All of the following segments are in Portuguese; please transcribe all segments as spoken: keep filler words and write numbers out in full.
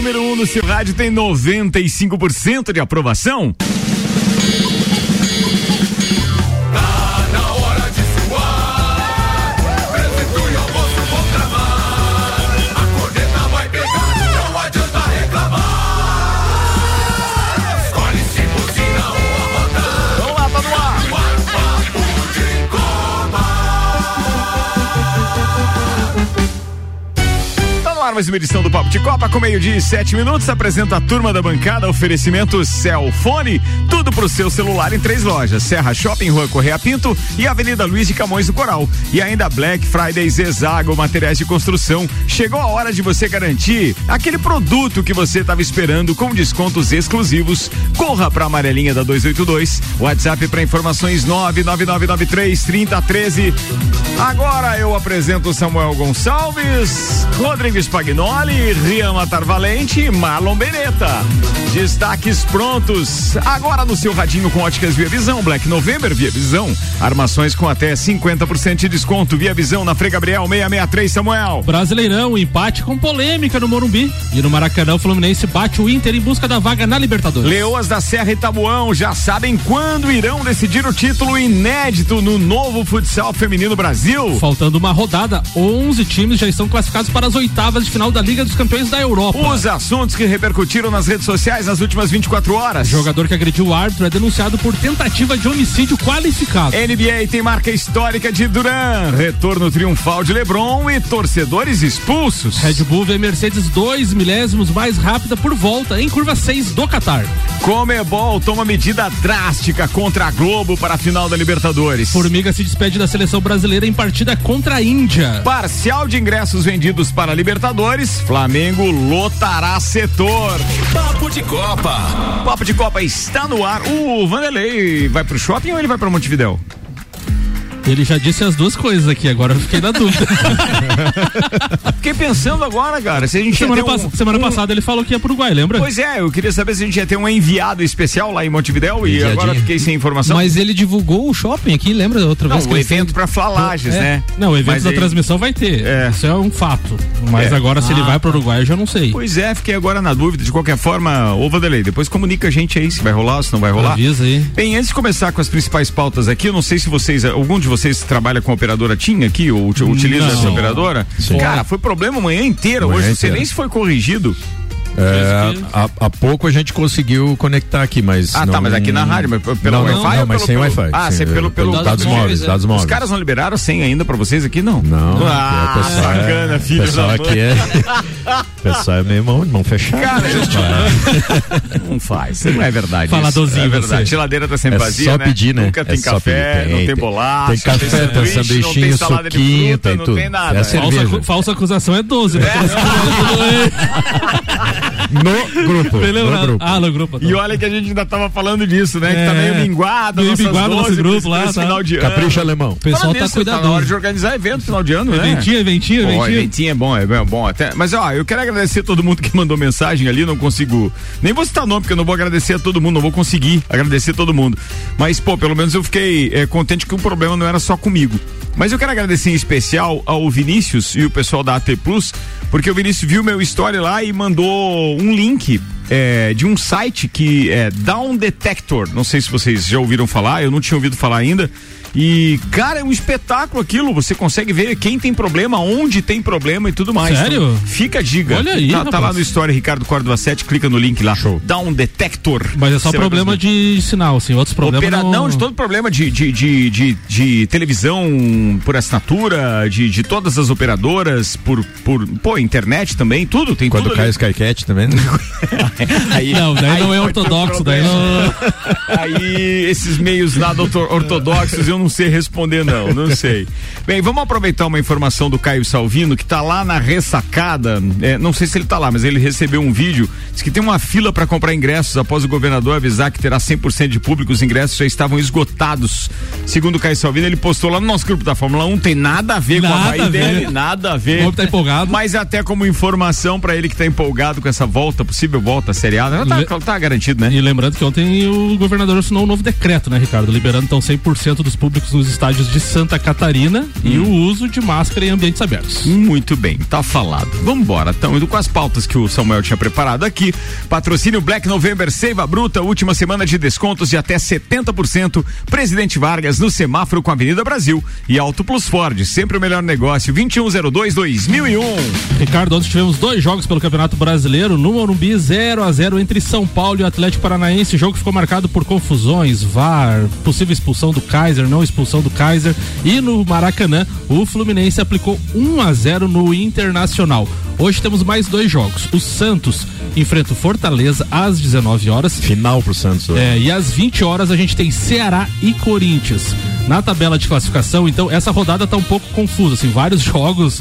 número um no seu rádio tem noventa e cinco por cento de aprovação. Mais uma edição do Papo de Copa com meio-dia e sete minutos. Apresenta a turma da bancada. Oferecimento Celfone. Tudo pro seu celular em três lojas: Serra Shopping, Rua Correia Pinto e Avenida Luiz de Camões do Coral. E ainda Black Friday Zezago Materiais de Construção. Chegou a hora de você garantir aquele produto que você estava esperando com descontos exclusivos. Corra pra amarelinha da duzentos e oitenta e dois. WhatsApp para informações nove nove nove nove três três zero um três. Agora eu apresento Samuel Gonçalves, Rodrigues Pagnoli, Rian Matar Valente e Marlon Beneta. Destaques prontos. Agora no seu radinho com óticas Via Visão, Black November Via Visão. Armações com até cinquenta por cento de desconto. Via Visão na Frei Gabriel seiscentos e sessenta e três, Samuel. Brasileirão, empate com polêmica no Morumbi. E no Maracanã, o Fluminense bate o Inter em busca da vaga na Libertadores. Leoas da Serra e Tabuão já sabem quando irão decidir o título inédito no novo futsal feminino Brasil. Faltando uma rodada, onze times já estão classificados para as oitavas de final da Liga dos Campeões da Europa. Os assuntos que repercutiram nas redes sociais nas últimas vinte e quatro horas. O jogador que agrediu o árbitro é denunciado por tentativa de homicídio qualificado. N B A tem marca histórica de Durant, retorno triunfal de LeBron e torcedores expulsos. Red Bull vê Mercedes dois milésimos mais rápida por volta em curva seis do Qatar. Comebol toma medida drástica contra a Globo para a final da Libertadores. Formiga se despede da seleção brasileira em partida contra a Índia. Parcial de ingressos vendidos para a Libertadores, Flamengo lotará setor. Papo de Copa. Papo de Copa está no ar. O Vanderlei vai pro shopping ou ele vai para Montevidéu? Ele já disse as duas coisas aqui, agora eu fiquei na dúvida. Fiquei pensando agora, cara, se a gente semana, ia ter um, pass- semana um... passada ele falou que ia pro Uruguai, lembra? Pois é, eu queria saber se a gente ia ter um enviado especial lá em Montevidéu e agora eu fiquei sem informação. Mas ele divulgou o shopping aqui, lembra da outra Não, vez? o que evento ele pra Flalages, é. né? Não, o evento Mas da aí... transmissão vai ter, é. isso é um fato, mas é. agora se ah, ele vai pro Uruguai eu já não sei. Pois é, fiquei agora na dúvida, de qualquer forma, ô Vanderlei, depois comunica a gente aí se vai rolar ou se não vai rolar. Avisa aí. Bem, antes de começar com as principais pautas aqui, eu não sei se vocês, algum de vocês trabalha com operadora TIM aqui, ou utiliza não. essa operadora? Sim. Cara, foi problema a manhã inteira Manhã hoje, não sei inteira. nem se foi corrigido. É, há, há pouco a gente conseguiu conectar aqui, mas. Ah, não, tá, mas aqui na rádio, mas pelo não, Wi-Fi? Não, não, ou mas pelo, sem pelo... Wi-Fi. Ah, sim, sem pelo, pelo dados, dados móveis, móveis, é. dados móveis. Os caras não liberaram senha ainda pra vocês aqui, não? Não. Ah, porque o pessoal sacana, é, filho pessoal da aqui é. O pessoal é meio mão, mão fechada. Cara, gente, não faz, não é verdade. Faladorzinho, é verdade. você. Geladeira tá sempre É vazia, só né? pedir, né? Nunca tem É só café, pedir. não Tem, tem bolacha, tem café, tem sanduichinho, não tem salada de suquinho, fruta, tem não tudo. tem nada. É né? cerveja. Falsa, falsa acusação é doze, né? No grupo. No grupo. Ah, no grupo. Tá. E olha que a gente ainda tava falando disso, né? É. que tá meio minguado, Meio nossas minguado nosso doze grupo pra lá, esse tá. final de ano. Capricha, alemão. O pessoal Falando tá nisso, tá na hora cuidadoso. de organizar evento final de ano, né? Eventinho, eventinho, Pô, eventinho. eventinho é bom, é bom, é bom até. Mas ó, eu quero agradecer a todo mundo que mandou mensagem ali, não consigo, nem vou citar nome, porque eu não vou agradecer a todo mundo, não vou conseguir agradecer a todo mundo. Mas, pô, pelo menos eu fiquei é, contente que o problema não era só comigo. Mas eu quero agradecer em especial ao Vinícius e o pessoal da A T Plus, porque o Vinícius viu meu story lá e mandou um link é, de um site que é Down Detector. Não sei se vocês já ouviram falar, eu não tinha ouvido falar ainda. E, cara, é um espetáculo aquilo. Você consegue ver quem tem problema, onde tem problema e tudo mais. Sério? Então, fica a dica. Olha aí, Tá, rapaz. tá lá no Story Ricardo Córdova sete, clica no link lá. Show. Down Detector. Mas é só Você problema vai de sinal, assim, outros problemas Opera... não... não, de todo problema de, de, de, de, de televisão por assinatura, de, de todas as operadoras, por, por pô, internet também, tudo, tem Quando tudo cai ali. o Skycat também, né? aí, Não, daí aí não é pode ter um ortodoxo, daí problema. não... Aí esses meios nada orto- ortodoxos eu não sei responder não, não sei. Bem, vamos aproveitar uma informação do Caio Salvino, que tá lá na ressacada, é, não sei se ele tá lá, mas ele recebeu um vídeo, diz que tem uma fila para comprar ingressos após o governador avisar que terá cem por cento de público, os ingressos já estavam esgotados. Segundo o Caio Salvino, ele postou lá no nosso grupo da Fórmula um, tem nada a ver Nada com a a Havaí ver. dele, nada a ver. O homem tá empolgado. Mas até como informação para ele que tá empolgado com essa volta, possível volta seriada, já tá, Le- tá garantido, né? E lembrando que ontem o governador assinou um novo decreto, né, Ricardo? Liberando então cem por cento dos, pub- públicos nos estádios de Santa Catarina hum. e o uso de máscara em ambientes abertos. Muito bem, tá falado. Vamos embora, estamos indo com as pautas que o Samuel tinha preparado aqui. Patrocínio Black November Seiva Bruta, última semana de descontos de até setenta por cento. Presidente Vargas no semáforo com a Avenida Brasil e Auto Plus Ford, sempre o melhor negócio. vinte e um zero dois, dois mil e um. Ricardo, ontem tivemos dois jogos pelo Campeonato Brasileiro, no Morumbi zero a zero entre São Paulo e o Atlético Paranaense. O jogo ficou marcado por confusões, V A R, possível expulsão do Kaiser, não expulsão do Kaiser, e no Maracanã o Fluminense aplicou um a zero no Internacional. Hoje temos mais dois jogos. O Santos enfrenta o Fortaleza às dezenove horas. Final pro Santos. É, e às vinte horas a gente tem Ceará e Corinthians. Na tabela de classificação, então, essa rodada tá um pouco confusa, assim, vários jogos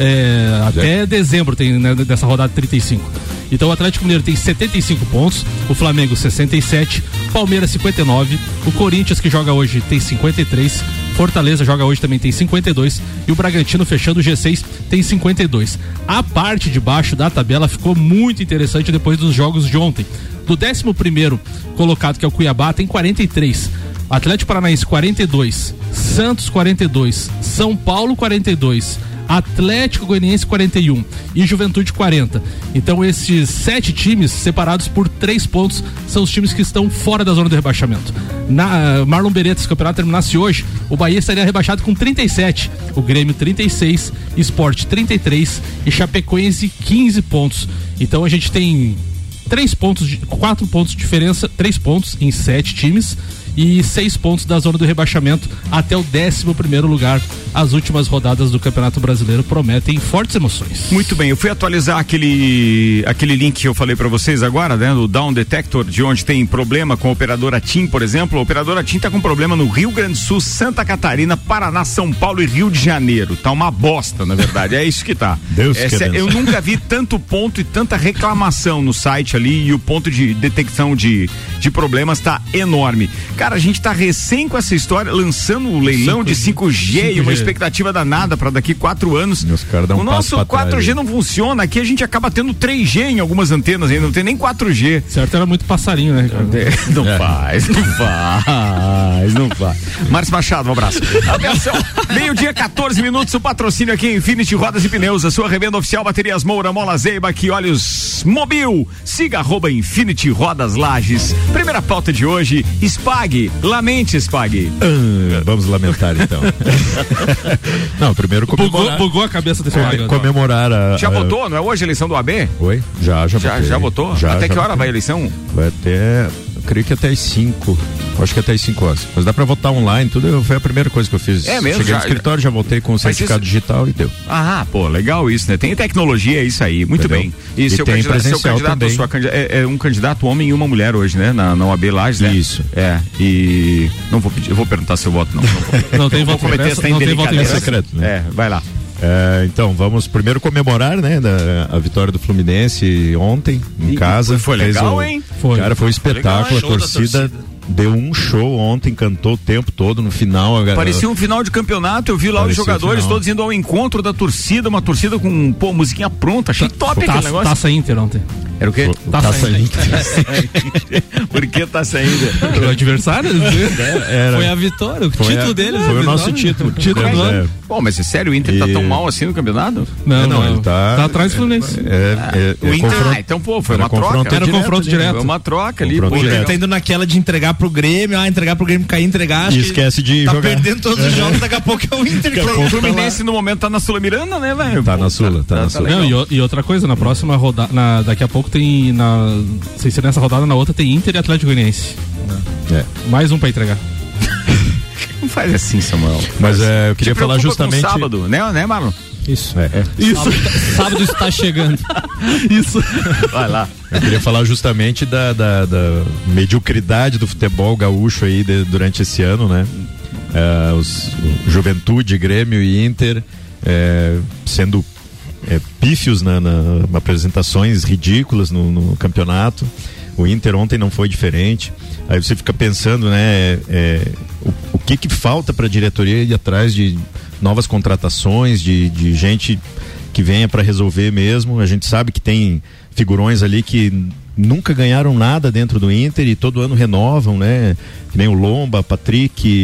é, até dezembro tem, né, dessa rodada trinta e cinco. Então o Atlético Mineiro tem setenta e cinco pontos, o Flamengo sessenta e sete, Palmeiras cinquenta e nove, o Corinthians, que joga hoje, tem cinquenta e três, Fortaleza joga hoje também tem cinquenta e dois e o Bragantino, fechando o G seis, tem cinquenta e dois. A parte de baixo da tabela ficou muito interessante depois dos jogos de ontem. Do décimo primeiro colocado, que é o Cuiabá, tem quarenta e três, Atlético Paranaense quarenta e dois, Santos quarenta e dois, São Paulo quarenta e dois, Atlético Goianiense quarenta e um e Juventude quarenta. Então esses sete times, separados por três pontos, são os times que estão fora da zona do rebaixamento. Na uh, Marlon Beretta, se o campeonato terminasse hoje, o Bahia estaria rebaixado com trinta e sete, o Grêmio trinta e seis, Sport trinta e três e Chapecoense quinze pontos. Então a gente tem três pontos, de, quatro pontos de diferença, três pontos em sete times e seis pontos da zona do rebaixamento até o décimo primeiro lugar. As últimas rodadas do Campeonato Brasileiro prometem fortes emoções. Muito bem, eu fui atualizar aquele aquele link que eu falei para vocês agora, né, do Down Detector, de onde tem problema com a operadora TIM, por exemplo. A operadora TIM tá com problema no Rio Grande do Sul, Santa Catarina, Paraná, São Paulo e Rio de Janeiro. Tá uma bosta, na verdade, é isso que tá. Deus é, que é, eu nunca vi tanto ponto e tanta reclamação no site ali, e o ponto de detecção de, de problemas tá enorme. Cara, a gente tá recém com essa história, lançando o leilão de cinco G e uma expectativa danada para daqui quatro anos. Meus caras dão um o nosso quatro G trás, não funciona, aqui a gente acaba tendo três G em algumas antenas ainda, não tem nem quatro G. Certo, era muito passarinho, né, Ricardo? Não é. faz, não faz, não faz. Márcio Machado, um abraço. Atenção, meio-dia, quatorze minutos, o patrocínio aqui em Infinity Rodas e Pneus, a sua revenda oficial, Baterias Moura, Mola Zeiba, que olhos Mobil, siga arroba Infinity Rodas Lages. Primeira pauta de hoje, Spag. Lamente, Spag. Ah, vamos lamentar, então. Não, primeiro comemorar. Bugou, bugou a cabeça desse é, comemorar a... Já a... votou? Não é hoje a eleição do A B? Oi? Já, já, já votei. Já votou? Já, até já que hora votei. vai a eleição? Vai até... creio que até as cinco. Acho que até as cinco horas. Mas dá pra votar online, tudo. Foi a primeira coisa que eu fiz. É mesmo? Cheguei já, no escritório, já voltei com o certificado isso... digital e deu. Ah, pô, legal isso, né? Tem tecnologia, é isso aí. Muito Entendeu? bem. E, e seu, tem candidato, seu candidato, sua candidata, é, é um candidato homem e uma mulher hoje, né? Na, na O A B Lages, né? Isso. É. E não vou pedir, eu vou perguntar seu voto, não. Não, vou, não tem voto cometer essa não tem voto em secreto, né? É, vai lá. É, então, vamos primeiro comemorar, né, da, a vitória do Fluminense ontem, em e, casa. Foi legal, o, hein? Foi. Cara, foi um espetáculo, foi legal, a torcida... deu um show ontem, cantou o tempo todo no final. Parecia um final de campeonato, eu vi lá Parecia os jogadores todos indo ao encontro da torcida, uma torcida com, pô, musiquinha pronta, achei top taça, aquele negócio. Taça Inter ontem. Era o quê? Taça, taça Inter. Por que Taça Inter? O adversário? Era. Foi a vitória, o foi título a, dele. Foi o nosso título. título do ano. Bom, mas é sério, o Inter e... tá tão mal assim no campeonato? Não, não, não ele tá... tá atrás do Fluminense. É, é, é, o Inter, confronto... ah, então, pô, foi uma troca. Era um confronto direto. Foi uma troca ali, pô. Ele tá indo naquela de entregar pro Grêmio, ah, entregar pro Grêmio cair, entregar. E esquece de tá jogar. Tá perdendo todos os jogos, daqui a pouco é o Inter. O Fluminense no momento tá na Sula Miranda, né, velho? Tá na Sula, tá, tá na Sula. Não, e, e outra coisa, na próxima rodada, na, daqui a pouco tem, na, não sei se nessa rodada, na outra tem Inter e Atlético Goianiense. É. Mais um pra entregar. Não faz assim, Samuel. Mas é, eu queria falar justamente... Com sábado, né, né, Marlon? Isso. É. É. Isso. Sábado, sábado está chegando. Isso. Vai lá. Eu queria falar justamente da, da, da mediocridade do futebol gaúcho aí de, durante esse ano, né? É, os, Juventude, Grêmio e Inter é, sendo é, pífios na, na apresentações ridículas no, no campeonato. O Inter ontem não foi diferente. Aí você fica pensando, né? É, o, o que que falta para a diretoria ir atrás de novas contratações, de, de gente que venha para resolver mesmo. A gente sabe que tem figurões ali que nunca ganharam nada dentro do Inter e todo ano renovam, né? Que nem o Lomba, Patrick,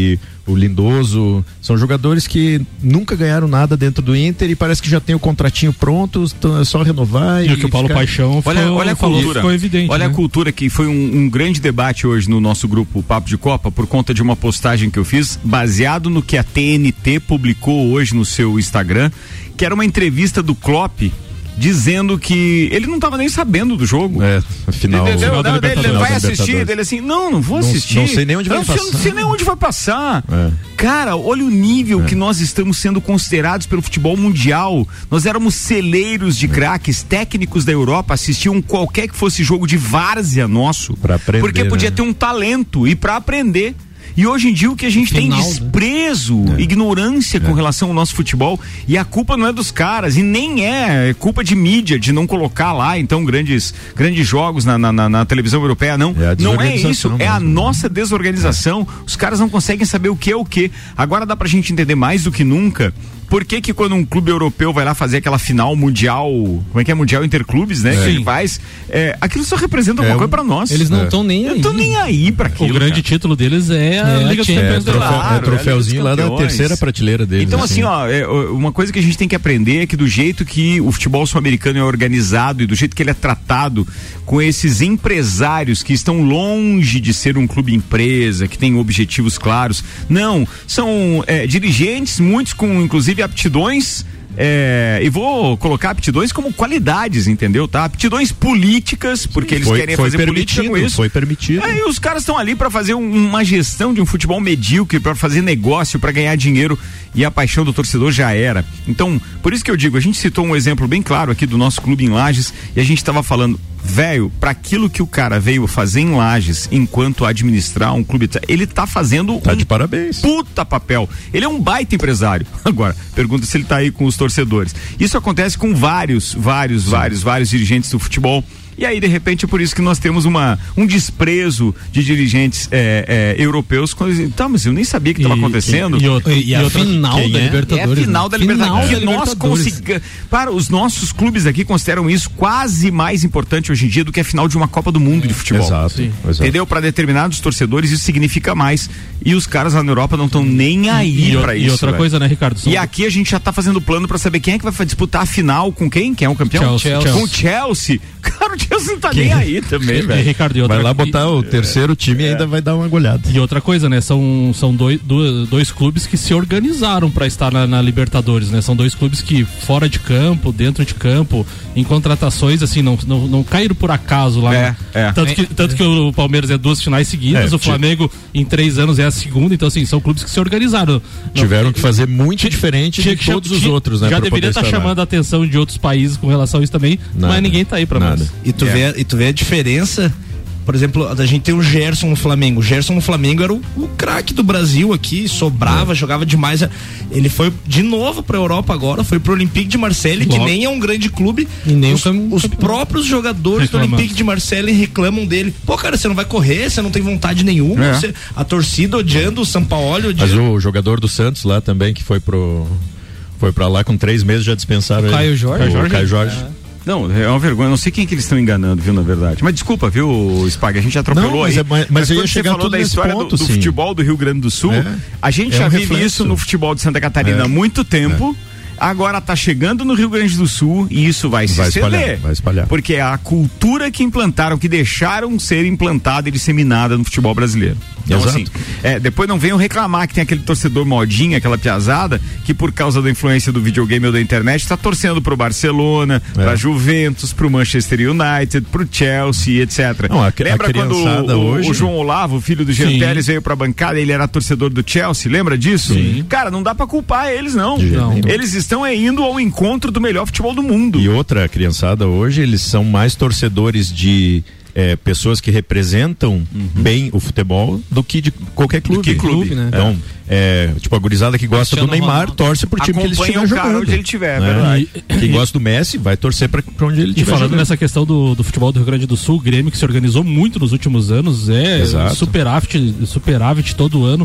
o Lindoso, são jogadores que nunca ganharam nada dentro do Inter e parece que já tem o contratinho pronto, é só renovar. E, e o que o Paulo ficar... Paixão olha, falou, olha a falou, cultura, ficou evidente. Olha né? a cultura que foi um, um grande debate hoje no nosso grupo Papo de Copa por conta de uma postagem que eu fiz baseado no que a T N T publicou hoje no seu Instagram, que era uma entrevista do Klopp dizendo que ele não estava nem sabendo do jogo. É, afinal. Ele, final não, ele final vai assistir, ele assim, não, não vou assistir. Não, não sei nem onde vai não, passar. Não sei nem onde vai passar. É. Cara, olha o nível é. que nós estamos sendo considerados pelo futebol mundial. Nós éramos celeiros de é. craques, técnicos da Europa assistiam qualquer que fosse jogo de várzea nosso. Pra aprender, porque podia né? ter um talento e para aprender. E hoje em dia o que a gente Final, tem desprezo, né? ignorância é. com relação ao nosso futebol, e a culpa não é dos caras, e nem é, é culpa de mídia, de não colocar lá, então, grandes, grandes jogos na, na, na televisão europeia, não. É não é isso, mesmo. É a nossa desorganização, é. os caras não conseguem saber o que é o que. Agora dá pra gente entender mais do que nunca por que que quando um clube europeu vai lá fazer aquela final mundial, como é que é, mundial interclubes, né? É. Que ele faz, é, aquilo só representa alguma é, coisa pra nós. Eles não estão é. nem aí. Não estão nem aí pra aquilo. O grande cara. título deles é a é, Liga dos Campeões. É, troféu, claro, é troféuzinho é lá da terceira prateleira deles. Então assim, assim ó, é, uma coisa que a gente tem que aprender é que do jeito que o futebol sul-americano é organizado e do jeito que ele é tratado com esses empresários que estão longe de ser um clube empresa, que tem objetivos claros, não, são é, dirigentes, muitos com inclusive aptidões. É, e vou colocar aptidões como qualidades, entendeu? Tá? Aptidões políticas, porque eles foi, querem foi fazer política com isso. Foi permitido. Aí os caras estão ali para fazer um, uma gestão de um futebol medíocre, para fazer negócio, para ganhar dinheiro, e a paixão do torcedor já era. Então, por isso que eu digo, a gente citou um exemplo bem claro aqui do nosso clube em Lages, e a gente estava falando, velho, para aquilo que o cara veio fazer em Lages, enquanto administrar um clube, ele tá fazendo tá um de parabéns. Puta papel. Ele é um baita empresário. Agora, pergunta se ele tá aí com os torcedores. Isso acontece com vários, vários, Sim. vários, vários dirigentes do futebol. E aí, de repente, é por isso que nós temos uma, um desprezo de dirigentes é, é, europeus. Tá, mas eu nem sabia que estava acontecendo. E, e, e, e a final da é? Libertadores. É a final né? da Libertadores. Final que da nós Libertadores. consiga, para os nossos clubes aqui consideram isso quase mais importante hoje em dia do que a final de uma Copa do Mundo é, de futebol. Exato, Sim. exato. Entendeu? Para determinados torcedores isso significa mais. E os caras lá na Europa não estão nem aí para isso. E outra velho. coisa, né, Ricardo? São... E aqui a gente já tá fazendo plano para saber quem é que vai disputar a final com quem? Quem é o campeão? Chelsea. Com o Chelsea. Cara, o Chelsea não tá quem? nem aí também, velho. Ricardo, e outra... Vai lá botar o terceiro time e é. ainda vai dar uma goleada. E outra coisa, né? São, são dois, dois, dois clubes que se organizaram para estar na, na Libertadores, né? São dois clubes que fora de campo, dentro de campo, em contratações, assim, não, não, não caíram por acaso lá. É, né? é. Tanto, que, tanto que o Palmeiras é duas finais seguidas, É, o Flamengo em três anos é a segunda, então assim, são clubes que se organizaram. Tiveram não, que fazer muito diferente de todos os outros, né? Já deveria estar chamando a atenção de outros países com relação a isso também, nada, mas ninguém tá aí pra nada. nós. E tu, É. vê, e tu vê a diferença. Por exemplo, a gente tem o Gerson no Flamengo. O Gerson no Flamengo era o, o craque do Brasil aqui, sobrava, é. jogava demais. Ele foi de novo pra Europa agora, foi pro Olympique de Marseille, Logo. que nem é um grande clube. E nem os, o os próprios jogadores Reclamando. do Olympique de Marseille reclamam dele. Pô, cara, você não vai correr, você não tem vontade nenhuma. É. Você, a torcida odiando, o Sampaoli odiando. Mas o jogador do Santos lá também, que foi pro. Foi pra lá com três meses, já dispensaram o ele. Caio Jorge. O Caio Jorge. É. Não, é uma vergonha, não sei quem que eles estão enganando, viu, na verdade. Mas desculpa, viu, Spag, a gente atropelou não, mas aí. É, mas, mas eu quando ia você chegar falou tudo da nesse história ponto, do, do sim. futebol do Rio Grande do Sul, é. a gente é já um vive reflexo. isso no futebol de Santa Catarina é. há muito tempo. É. Agora tá chegando no Rio Grande do Sul e isso vai se vai estender. Espalhar, vai espalhar. Porque é a cultura que implantaram, que deixaram ser implantada e disseminada no futebol brasileiro. Então, Exato. assim, é, depois não venham reclamar que tem aquele torcedor modinha, aquela piazada, que por causa da influência do videogame ou da internet tá torcendo pro Barcelona, é. pra Juventus, pro Manchester United, pro Chelsea, etcétera. Não, a, a lembra quando o, hoje... o João Olavo, filho do Jean Teles, veio pra bancada, ele era torcedor do Chelsea, lembra disso? Sim. Cara, não dá pra culpar eles, não. não. Eles estão é, indo ao encontro do melhor futebol do mundo. E outra, a criançada hoje, eles são mais torcedores de é, pessoas que representam uhum. bem o futebol do que de qualquer clube. Que clube, né? Então, é, tipo, a gurizada que gosta Cristiano do Neymar Ronaldo. torce pro time que ele estiver jogando. Onde ele estiver, né? verdade. Quem gosta do Messi vai torcer pra, pra onde ele estiver. E falando jogando. nessa questão do, do futebol do Rio Grande do Sul, o Grêmio que se organizou muito nos últimos anos, é superávit, superávit todo ano.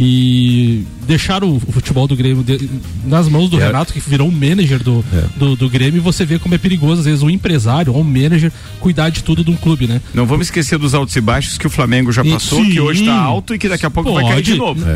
E deixaram o futebol do Grêmio de, nas mãos do é. Renato, que virou um manager do, é. do, do Grêmio, e você vê como é perigoso, às vezes, um empresário ou um manager cuidar de tudo de um clube, né? Não vamos esquecer dos altos e baixos que o Flamengo já passou, Sim. que hoje tá alto e que daqui a pouco Pode. vai cair de novo. É. Daqui a pouco você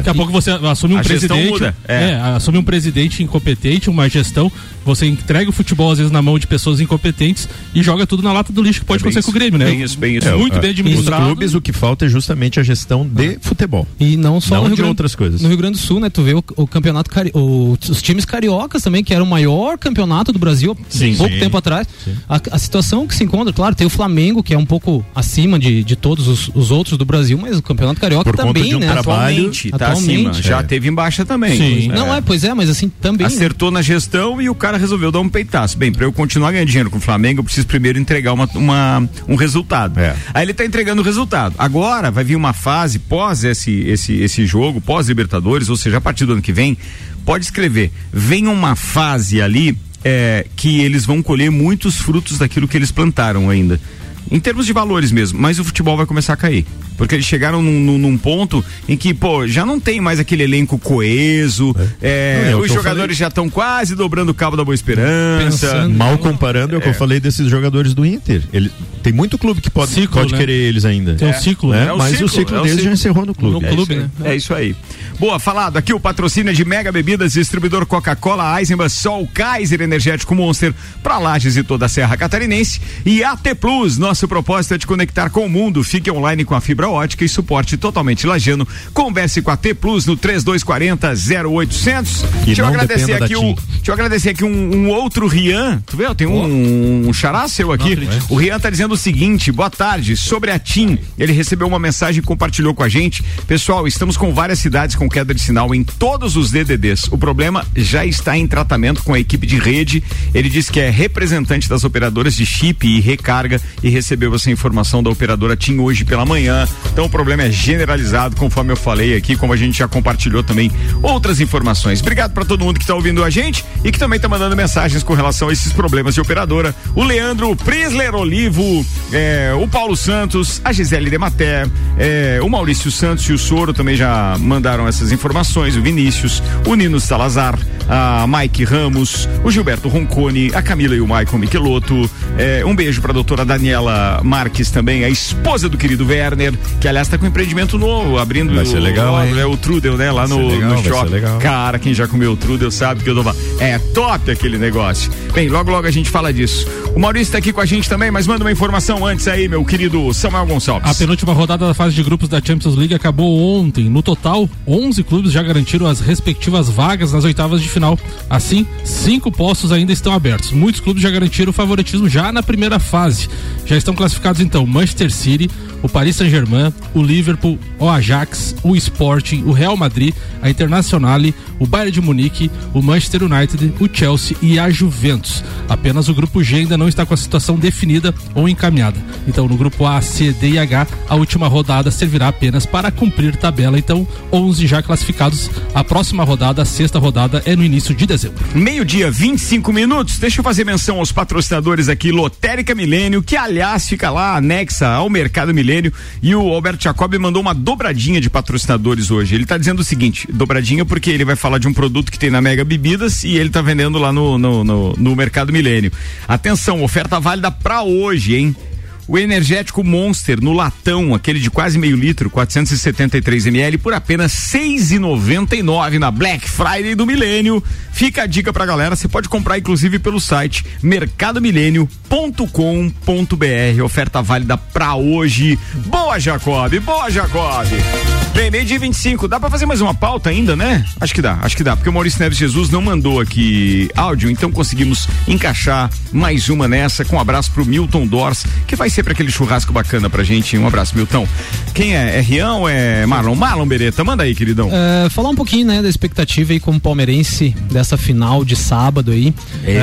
você assume um a gestão presidente, muda. É. é, assume um presidente incompetente, uma gestão, você entrega o futebol às vezes na mão de pessoas incompetentes e joga tudo na lata do lixo, que pode É bem acontecer isso, com o Grêmio, né? Bem isso, bem isso. É, Muito a- bem administrado. Os clubes, o que falta é justamente a gestão de futebol. E não só Não no Rio de Grande- outras coisas. No Rio Grande do Sul, né? Tu vê o, o campeonato, cari o, os times cariocas também, que era o maior campeonato do Brasil há Sim, pouco sim. tempo atrás. A, a situação que se encontra, claro, tem o Flamengo, que é um pouco acima de, de todos os, os outros do Brasil, mas o campeonato carioca Por conta também, de um né? trabalho- Atualmente, tá Atualmente, acima. Já é. teve em baixa também. Sim. Não é, pois é, mas assim, também. né? Acertou na gestão e o cara resolveu dar um peitaço. Bem, pra eu continuar ganhando dinheiro com o Flamengo, eu preciso primeiro entregar uma, uma- um resultado. É. Aí ele tá entregando o resultado. Agora vai vir uma fase pós esse, esse, esse jogo, pós Libertadores, ou seja, a partir do ano que vem, pode escrever, vem uma fase ali é, que eles vão colher muitos frutos daquilo que eles plantaram ainda. Em termos de valores mesmo, mas o futebol vai começar a cair. Porque eles chegaram num, num, num ponto em que, pô, já não tem mais aquele elenco coeso, é, Não, é o os que eu jogadores falei. já estão quase dobrando o cabo da Boa Esperança. Pensando. Mal comparando é o que eu falei desses jogadores do Inter. Ele, tem muito clube que pode, Ciclo, pode né? querer eles ainda. Tem um ciclo, né? né? É o Mas ciclo, o ciclo é o deles ciclo. já encerrou no clube. No É clube, isso aí. né? É isso aí. Boa, falado aqui o patrocínio de Mega Bebidas, distribuidor Coca-Cola, Eisenbahn, Sol, Kaiser, Energético Monster, pra Lages e toda a Serra Catarinense. E A T Plus, nosso propósito é te conectar com o mundo. Fique online com a fibra ótica e suporte totalmente lagiano. Converse com a T Plus no trinta e dois quarenta, zero oitocentos. E Deixa eu não agradecer dependa aqui da o, TIM. deixa eu agradecer aqui um, um outro Rian. Tu vê? Tem um, um xará seu aqui. O Rian tá dizendo o seguinte: boa tarde, sobre a TIM. Ele recebeu uma mensagem e compartilhou com a gente. Pessoal, estamos com várias cidades com queda de sinal em todos os D D Ds. O problema já está em tratamento com a equipe de rede. Ele disse que é representante das operadoras de chip e recarga e recebeu essa informação da operadora TIM hoje pela manhã. Então o problema é generalizado, conforme eu falei aqui, como a gente já compartilhou também outras informações. Obrigado para todo mundo que está ouvindo a gente e que também está mandando mensagens com relação a esses problemas de operadora. O Leandro Prisler Olivo, é, o Paulo Santos, a Gisele Dematé, é, o Maurício Santos e o Soro também já mandaram essas informações, o Vinícius, o Nino Salazar, a Mike Ramos, o Gilberto Roncone, a Camila e o Maicon Michelotto, é, um beijo para a doutora Daniela Marques também, a esposa do querido Werner, que aliás está com um empreendimento novo, abrindo Vai ser legal, o, hein? é, o Trudel, né, lá Vai no, ser legal, no vai ser shopping. legal. Cara, quem já comeu o Trudel sabe que eu tô falando. É top aquele negócio. Bem, logo logo a gente fala disso. O Maurício está aqui com a gente também, mas manda uma informação antes aí, meu querido Samuel Gonçalves. A penúltima rodada da fase de grupos da Champions League acabou ontem. No total, onze clubes já garantiram as respectivas vagas nas oitavas de final. Assim, cinco postos ainda estão abertos. Muitos clubes já garantiram o favoritismo já na primeira fase. Já estão classificados então Manchester City, o Paris Saint-Germain, o Liverpool, o Ajax, o Sporting, o Real Madrid, a Internazionale, o Bayern de Munique, o Manchester United, o Chelsea e a Juventus. Apenas o grupo G ainda não está com a situação definida ou encaminhada. Então, no grupo A, C, D e H, a última rodada servirá apenas para cumprir tabela. Então, onze já classificados. A próxima rodada, a sexta rodada, é no início de dezembro. Meio-dia, vinte e cinco minutos. Deixa eu fazer menção aos patrocinadores aqui, Lotérica Milênio, que aliás fica lá anexa ao Mercado Milênio. E o Alberto Jacob mandou uma dobradinha de patrocinadores hoje. Ele tá dizendo o seguinte: dobradinha porque ele vai falar de um produto que tem na Mega Bebidas e ele tá vendendo lá no, no, no, no Mercado Milênio. Atenção, oferta válida pra hoje, hein? O energético Monster no latão, aquele de quase meio litro, quatrocentos e setenta e três mililitros, por apenas seis reais e noventa e nove centavos na Black Friday do Milênio. Fica a dica pra galera, você pode comprar inclusive pelo site mercado milênio ponto com ponto br. Oferta válida pra hoje. Boa, Jacob, boa, Jacob. Bem, meio dia vinte e cinco, dá pra fazer mais uma pauta ainda, né? Acho que dá, acho que dá, porque o Maurício Neves Jesus não mandou aqui áudio, então conseguimos encaixar mais uma nessa, com um abraço pro Milton Dors, que vai ser pra aquele churrasco bacana pra gente. Um abraço, Milton. Quem é? É Rian ou é Marlon? Marlon Beretta, manda aí, queridão. É, falar um pouquinho, né, da expectativa aí como palmeirense dessa final de sábado aí.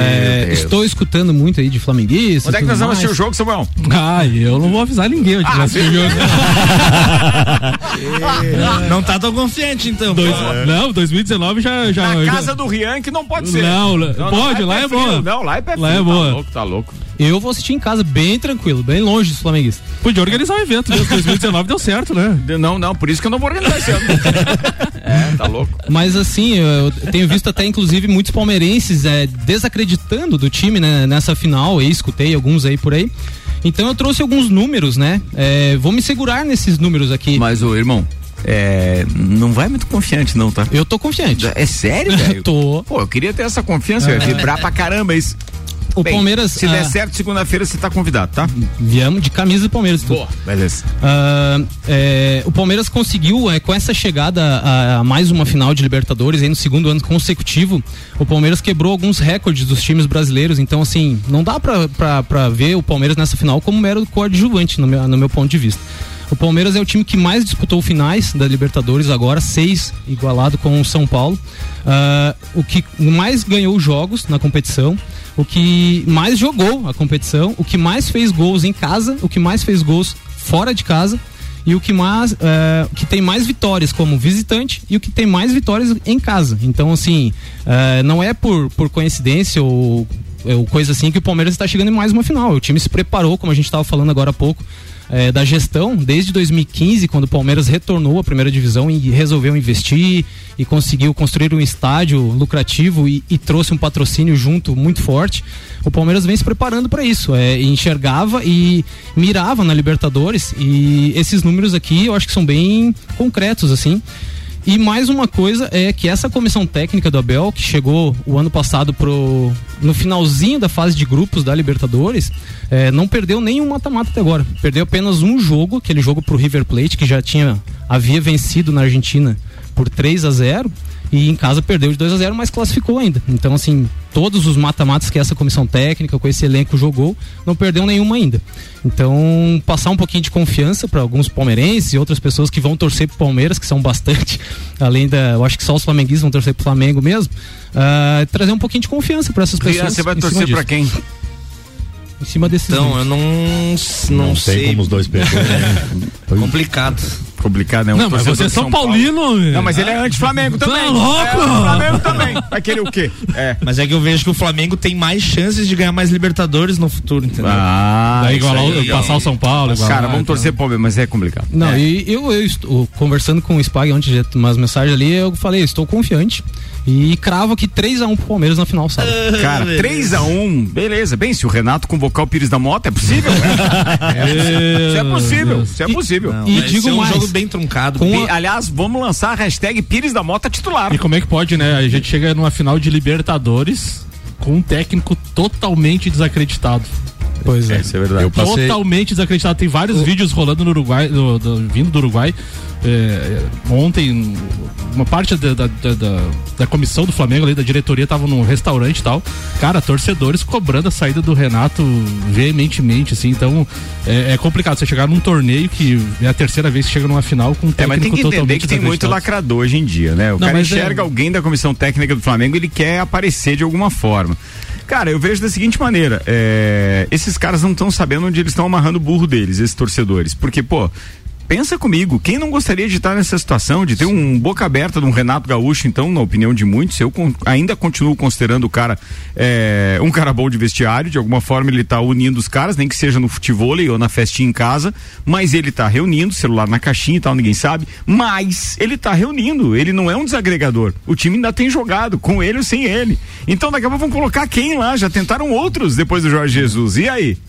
É, estou escutando muito aí de flamenguistas. Onde é que nós tudo vamos mais. assistir o jogo, Samuel? Ah, eu não vou avisar ninguém onde Ah, vai assistir o jogo. Não tá tão confiante, então. Dois- pô. Não, dois mil e dezenove já. já Na já- casa do Rian, que não pode ser. Não, pode, lá pé é frio. boa. Não, lá é pé Lá frio, é boa. Tá louco, tá louco. Eu vou assistir em casa, bem tranquilo, bem longe dos flamenguistas. Podia organizar um evento, né? dois mil e dezenove deu certo, né? Não, não, por isso que eu não vou organizar esse ano. É, tá louco. Mas assim, eu tenho visto até inclusive muitos palmeirenses é, desacreditando do time, né, nessa final, e escutei alguns aí por aí. Então eu trouxe alguns números, né? É, vou me segurar nesses números aqui. Mas, ô, irmão, É, não vai muito confiante não, tá? Eu tô confiante. É sério, velho? Tô. Pô, eu queria ter essa confiança, eu ia vibrar pra caramba isso. O Bem, Palmeiras... se der ah, certo, segunda-feira você tá convidado, tá? Viemos de camisa do Palmeiras. Tudo. Boa, beleza. Uh, é, o Palmeiras conseguiu, é, com essa chegada a, a mais uma final de Libertadores, aí no segundo ano consecutivo, o Palmeiras quebrou alguns recordes dos times brasileiros. Então, assim, não dá pra, pra, pra ver o Palmeiras nessa final como mero coadjuvante, no meu, no meu ponto de vista. O Palmeiras é o time que mais disputou finais da Libertadores agora, seis, igualado com o São Paulo. Uh, o que mais ganhou jogos na competição, o que mais jogou a competição, o que mais fez gols em casa, o que mais fez gols fora de casa e o que mais uh, que tem mais vitórias como visitante e o que tem mais vitórias em casa. Então, assim, uh, não é por, por coincidência ou, ou coisa assim que o Palmeiras está chegando em mais uma final. O time se preparou, como a gente estava falando agora há pouco, É, da gestão, desde dois mil e quinze, quando o Palmeiras retornou à primeira divisão e resolveu investir e conseguiu construir um estádio lucrativo e, e trouxe um patrocínio junto muito forte. O Palmeiras vem se preparando para isso, é, enxergava e mirava na Libertadores, e esses números aqui eu acho que são bem concretos, assim. E mais uma coisa é que essa comissão técnica do Abel, que chegou o ano passado pro, no finalzinho da fase de grupos da Libertadores, é, não perdeu nenhum mata-mata até agora. Perdeu apenas um jogo, aquele jogo pro River Plate, que já tinha havia vencido na Argentina por três a zero, e em casa perdeu de dois a zero, mas classificou ainda. Então, assim, todos os mata-matas que essa comissão técnica, com esse elenco, jogou, não perdeu nenhuma ainda. Então, passar um pouquinho de confiança para alguns palmeirenses e outras pessoas que vão torcer pro Palmeiras, que são bastante, além da, eu acho que só os flamenguistas vão torcer pro Flamengo mesmo, uh, trazer um pouquinho de confiança para essas pessoas. E você vai torcer para quem? Em cima desses Então, números. eu não, não, Não sei. sei como os dois perderam, né? Complicado. Complicado, né? Um Não, mas torcedor você é de São Paulino. Paulo. Não, mas ele é anti-Flamengo também. Tá louco? É, Flamengo também. Vai querer o quê? É. Mas é que eu vejo que o Flamengo tem mais chances de ganhar mais Libertadores no futuro, entendeu? Ah, Daí igualar, isso aí, passar o São Paulo. Igualar, cara, vamos então. torcer pro Palmeiras, mas é complicado. Não, é. e eu, eu estou conversando com o Spag ontem, já umas mensagens ali, eu falei, eu estou confiante e cravo aqui três a um pro Palmeiras na final sábado. Cara, três a um, beleza. Bem, se o Renato convocar o Pires da Mota, é possível? É. Isso é possível, isso é possível. Não, E vai digo ser um mais, jogo bem truncado. com E, aliás, vamos lançar a hashtag Pires da Mota titular. E como é que pode, né? A gente chega numa final de Libertadores com um técnico totalmente desacreditado. Pois é. Isso é verdade. Eu passei- Totalmente desacreditado. Tem vários vídeos rolando no Uruguai, do, do- vindo do Uruguai. É, ontem, uma parte da, da, da, da- da comissão do Flamengo, ali, da diretoria, tava num restaurante e tal. Cara, torcedores cobrando a saída do Renato veementemente, assim. Então, é, é complicado você chegar num torneio que é a terceira vez que chega numa final com um É, mas técnico tem que entender totalmente que tem muito desacreditado. lacrador hoje em dia, né? O Não, cara mas enxerga é- alguém da comissão técnica do Flamengo, ele quer aparecer de alguma forma. Cara, eu vejo da seguinte maneira, é, esses caras não estão sabendo onde eles estão amarrando o burro deles, esses torcedores, porque, pô, pensa comigo, quem não gostaria de estar nessa situação, de ter um boca aberta de um Renato Gaúcho, então, na opinião de muitos, eu con- ainda continuo considerando o cara é, um cara bom de vestiário, de alguma forma ele tá unindo os caras, nem que seja no futevôlei ou na festinha em casa, mas ele tá reunindo, celular na caixinha e tal, ninguém sabe, mas ele tá reunindo, ele não é um desagregador, o time ainda tem jogado, com ele ou sem ele, então daqui a pouco vão colocar quem lá, já tentaram outros depois do Jorge Jesus, e aí?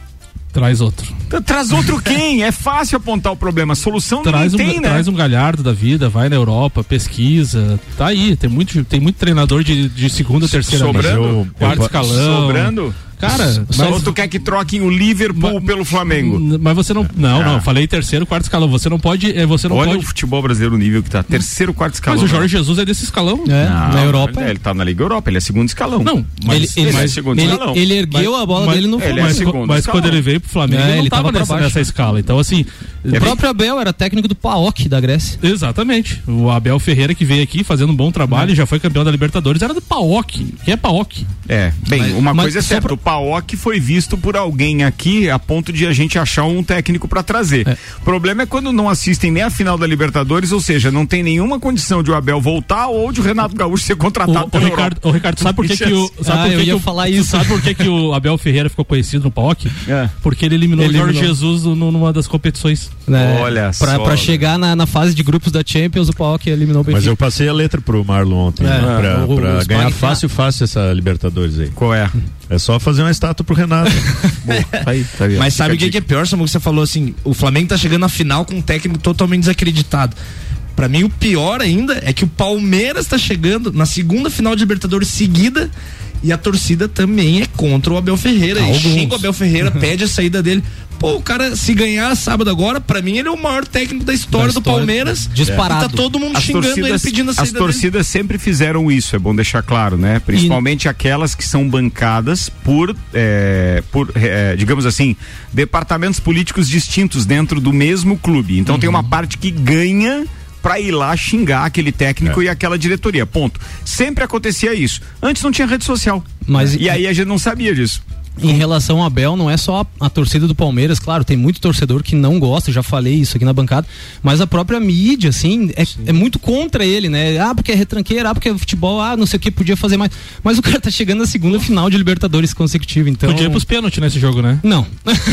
Traz outro. Traz outro quem? É fácil apontar o problema. A solução Traz um, ninguém tem, né? traz um Galhardo da vida, vai na Europa, pesquisa. Tá aí, tem muito, tem muito treinador de, de segunda, terceira Sobrando? linha, Eu- quarto eu- escalão. Sobrando? Cara, Mas mas, ou tu quer que troquem o Liverpool Mas- pelo Flamengo? mas você não. Não, Ah. não, falei terceiro, quarto escalão. Você não pode. é, Você não Olha pode. o futebol brasileiro o nível que tá. Terceiro, quarto escalão. Mas o Jorge Jesus é desse escalão. É, Não, na Europa. Ele, ele tá na Liga Europa, ele é segundo escalão. Não, mas ele, ele, ele é segundo ele, escalão. ele ergueu a bola mas- dele no ele é Flamengo. mas, segundo mas escalão. quando ele veio pro Flamengo, É, ele não ele tava, tava pra nessa, baixo. nessa escala. Então, assim. O próprio Abel era técnico do P A O K da Grécia. Exatamente. O Abel Ferreira, que veio aqui fazendo um bom trabalho, já foi campeão da Libertadores, era do P A O K. Quem é P A O K? É, bem, Mas- uma mas coisa é só certa, pra- o P A O K foi visto por alguém aqui a ponto de a gente achar um técnico pra trazer. É. O problema é quando não assistem nem a final da Libertadores, ou seja, não tem nenhuma condição de o Abel voltar ou de o Renato Gaúcho ser O, contratado o, pela Ricardo, Europa. o Ricardo, sabe por que, que o. Sabe Ah, por que eu que ia o- falar tu isso. Sabe por que, que o Abel Ferreira ficou conhecido no P A O K? É. Porque ele eliminou, o Eliminou. Jorge Jesus no- numa das competições. Né? Olha pra, só, pra velho. chegar na, na fase de grupos da Champions, o P A O K eliminou o Benfica. Mas eu passei a letra pro Marlon ontem, É, né? pra, o- pra o Spag ganhar tá- fácil, fácil essa Libertadores aí. Qual é? É só fazer uma estátua pro Renato. Tá aí, tá aí, ó. Mas sabe o Fica que, a que é pior, Samuel, que você falou assim, o Flamengo tá chegando na final com um técnico totalmente desacreditado. Pra mim, o pior ainda é que o Palmeiras tá chegando na segunda final de Libertadores seguida e a torcida também é contra o Abel Ferreira. Alguns. E xinga o Abel Ferreira, pede a saída dele. Pô, o cara, se ganhar sábado agora, pra mim ele é o maior técnico da história, da do história Palmeiras. Disparado. E tá todo mundo As xingando ele, torcidas, pedindo a as saída torcidas dele. sempre fizeram isso, é bom deixar claro, né? Principalmente aquelas que são bancadas por, é, por é, digamos assim, departamentos políticos distintos dentro do mesmo clube. Então uhum. tem uma parte que ganha pra ir lá xingar aquele técnico é. e aquela diretoria, ponto. Sempre acontecia isso. Antes não tinha rede social. Mas, e aí a gente não sabia disso. Em relação ao Abel, não é só a, a torcida do Palmeiras, claro, tem muito torcedor que não gosta, já falei isso aqui na bancada, mas a própria mídia, assim, é, é muito contra ele, né? Ah, porque é retranqueiro, ah, porque é futebol, ah, não sei o que, podia fazer mais. Mas o cara tá chegando na segunda final de Libertadores consecutiva, então... Podia ir pros pênaltis nesse jogo, né? Não.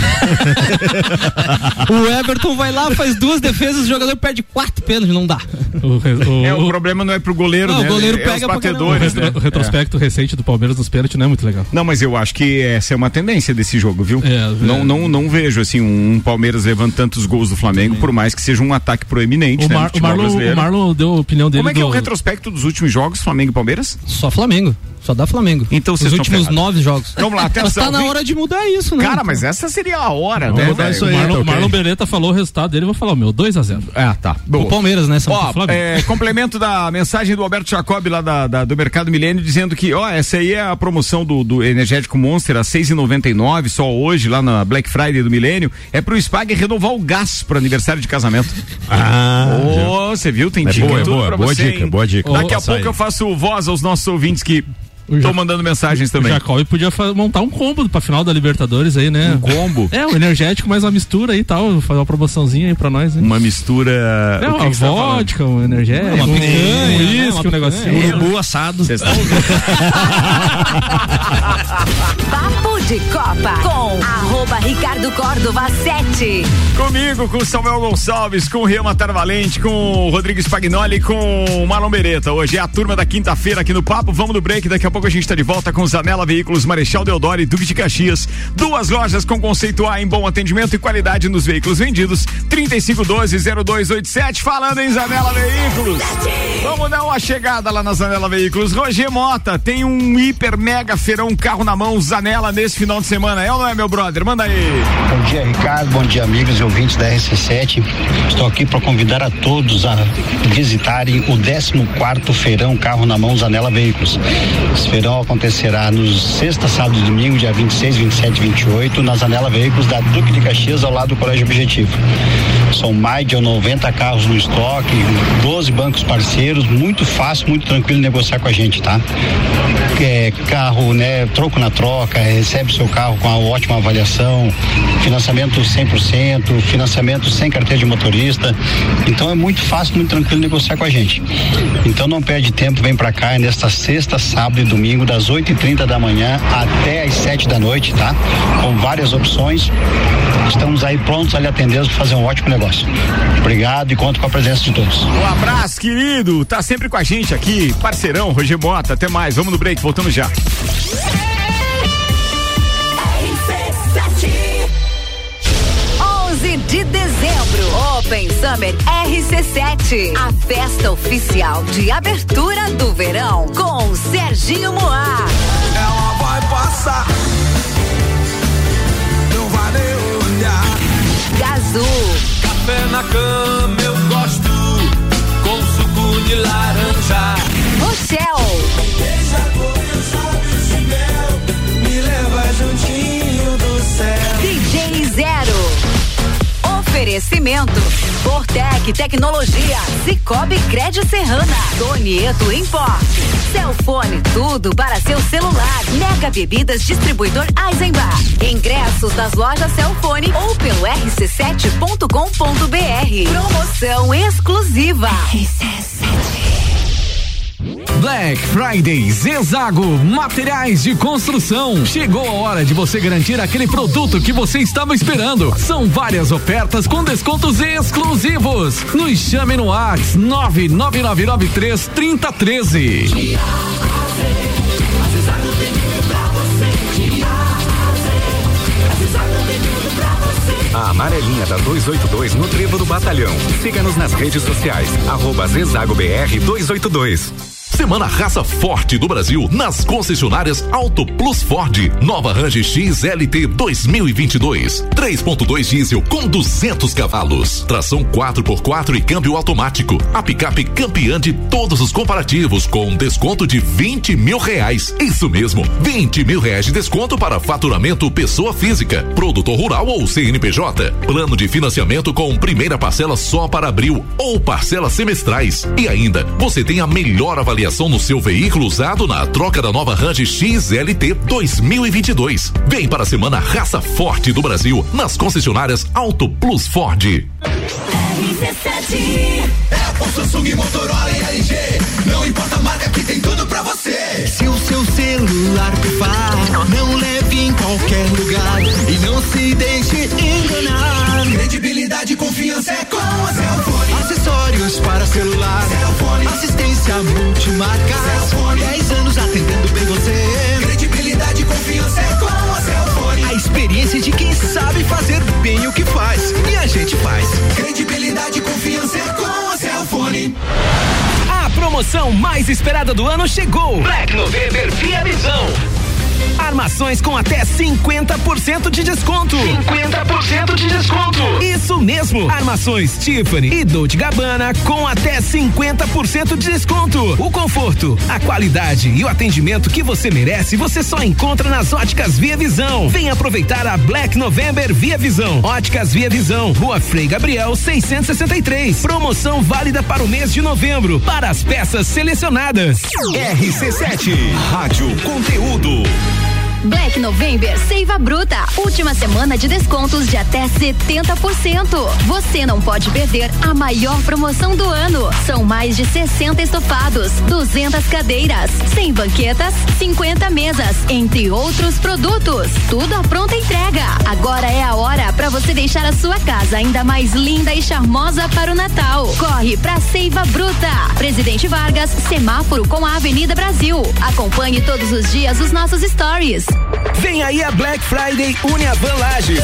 O Everton vai lá, faz duas defesas, o jogador perde quatro pênaltis, não dá. O, o, é, o problema não é pro goleiro, não, né? O goleiro é pega os batedores, o, retro, né? o retrospecto é. recente do Palmeiras nos pênaltis não é muito legal. Não, mas eu acho que essa é uma tendência desse jogo, viu? É, não, é. não, não vejo assim um, um Palmeiras levando tantos gols do Flamengo, por mais que seja um ataque proeminente, o, né, Mar, o, Marlon, o Marlon deu a opinião dele. Como é que do... é o retrospecto dos últimos jogos, Flamengo e Palmeiras? Só Flamengo. Só dá Flamengo. Então, os últimos nove jogos. Vamos lá, atenção. Mas tá na hora de mudar isso, né? Cara, mas essa seria a hora, não, né? Mudar isso aí, o Marlon, tá, okay. Marlon Beretta falou o resultado dele, eu vou falar o meu, dois a zero. Ah, tá. Boa. O Palmeiras, né? São ó, é, complemento da mensagem do Alberto Jacob lá da, da, do Mercado Milênio, dizendo que, ó, essa aí é a promoção do, do Energético Monster a seis e noventa e nove, só hoje, lá na Black Friday do Milênio, é pro Spag renovar o gás pro aniversário de casamento. Ah, ô, você viu? Tem é dica boa, tudo boa, pra boa você, dica, hein? boa dica. Daqui oh, a pouco aí. Eu faço voz aos nossos ouvintes que estão mandando mensagens também. O Jacob podia montar um combo pra final da Libertadores aí, né? Um combo? É, o energético mais uma mistura aí e tal, fazer uma promoçãozinha aí pra nós, né? Uma mistura... É, uma vodka, um energético, uma picanha, um uísque, né? um negocinho. Urubu assado. Vocês estão Papo de Copa com arroba Ricardo Córdova sete. Comigo, com o Samuel Gonçalves, com o Rian Matar Valente, com o Rodrigo Spagnoli, com o Marlon Beretta. Hoje é a turma da quinta-feira aqui no Papo. Vamos no break, daqui a pouco a gente está de volta com Zanela Veículos, Marechal Deodoro e Duque de Caxias. Duas lojas com conceito A em bom atendimento e qualidade nos veículos vendidos. trinta e cinco doze, zero dois oito sete. Falando em Zanela Veículos, vamos dar uma chegada lá na Zanela Veículos. Roger Mota tem um hiper mega feirão carro na mão Zanela nesse final de semana. É ou não é, meu brother? Manda aí. Bom dia, Ricardo. Bom dia, amigos e ouvintes da R C sete. Estou aqui para convidar a todos a visitarem o décimo quarto feirão carro na mão Zanela Veículos. Esse feirão acontecerá nos sexta, sábado e domingo, dia vinte e seis, vinte e sete e vinte e oito, na Zanela Veículos da Duque de Caxias, ao lado do Colégio Objetivo. São mais de noventa carros no estoque, doze bancos parceiros, muito fácil, muito tranquilo negociar com a gente, tá? É, carro, né, troco na troca, recebe seu carro com uma ótima avaliação, financiamento cem por cento, financiamento sem carteira de motorista. Então é muito fácil, muito tranquilo negociar com a gente. Então não perde tempo, vem pra cá, é nesta sexta, sábado e domingo, das oito e trinta da manhã até as sete da noite, tá? Com várias opções. Estamos aí prontos a lhe atender para fazer um ótimo negócio. Obrigado e conto com a presença de todos. Um abraço, querido. Tá sempre com a gente aqui, parceirão, Roger Mota. Até mais. Vamos no break, voltamos já. onze de dezembro, Open Summer R C sete, a festa oficial de abertura do verão com Serginho Moá. Ela vai passar, não vai nem olhar. Gazu, Café na cama eu gosto, com suco de laranja. Rochelle, Beija com chaves de mel, me leva juntinho do céu. D J Zero. Oferecimento Fortec Tecnologia, Cicobi Crédito Serrana, Donieto Import, Celfone, tudo para seu celular. Mega Bebidas Distribuidor Eisenbach. Ingressos das lojas Celfone ou pelo r c sete ponto com ponto b r. Promoção exclusiva. R C sete. Black Friday Zezago Materiais de Construção. Chegou a hora de você garantir aquele produto que você estava esperando. São várias ofertas com descontos exclusivos. Nos chame no WhatsApp nove nove nove nove três três zero um três. A Marechal Amarelinha da duzentos e oitenta e dois no Trevo do Batalhão. Siga-nos nas redes sociais, arroba Zezago B R duzentos e oitenta e dois. Semana Raça Forte do Brasil nas concessionárias Auto Plus Ford. Nova Ranger X L T dois mil e vinte e dois. três ponto dois diesel com duzentos cavalos. Tração quatro por quatro e câmbio automático. A picape campeã de todos os comparativos com um desconto de vinte mil reais. Isso mesmo, vinte mil reais de desconto para faturamento pessoa física, produtor rural ou C N P J. Plano de financiamento com primeira parcela só para abril ou parcelas semestrais. E ainda, você tem a melhor avaliação no seu veículo usado na troca da nova Ranger X L T dois mil e vinte e dois. Vem para a Semana Raça Forte do Brasil nas concessionárias Auto Plus Ford. R C sete. Apple, Samsung, Motorola e L G. Não importa a marca, que tem tudo pra você. Se o seu celular pifar, não leve em qualquer lugar e não se deixe enganar. Credibilidade e confiança é com a Cellfone. Acessórios para celular, Cellfone. Assistência multimarca, Cellfone. dez anos atendendo bem você. Credibilidade e confiança é com a Cellfone. A experiência de quem sabe fazer bem o que faz. E a gente faz. Credibilidade e confiança é com a Cellfone. A promoção mais esperada do ano chegou. Black November Via Visão. Armações com até cinquenta por cento de desconto. cinquenta por cento de desconto. Isso mesmo. Armações Tiffany e Dolce Gabbana com até cinquenta por cento de desconto. O conforto, a qualidade e o atendimento que você merece, você só encontra nas Óticas Via Visão. Vem aproveitar a Black November Via Visão. Óticas Via Visão, Rua Frei Gabriel seiscentos e sessenta e três. Promoção válida para o mês de novembro, para as peças selecionadas. R C sete, Rádio Conteúdo. Black November Seiva Bruta. Última semana de descontos de até setenta por cento. Você não pode perder a maior promoção do ano. São mais de sessenta estofados, duzentas cadeiras, cem banquetas, cinquenta mesas, entre outros produtos. Tudo à pronta entrega. Agora é a hora para você deixar a sua casa ainda mais linda e charmosa para o Natal. Corre pra Seiva Bruta. Presidente Vargas, semáforo com a Avenida Brasil. Acompanhe todos os dias os nossos stories. Vem aí a Black Friday Uniavan Lages.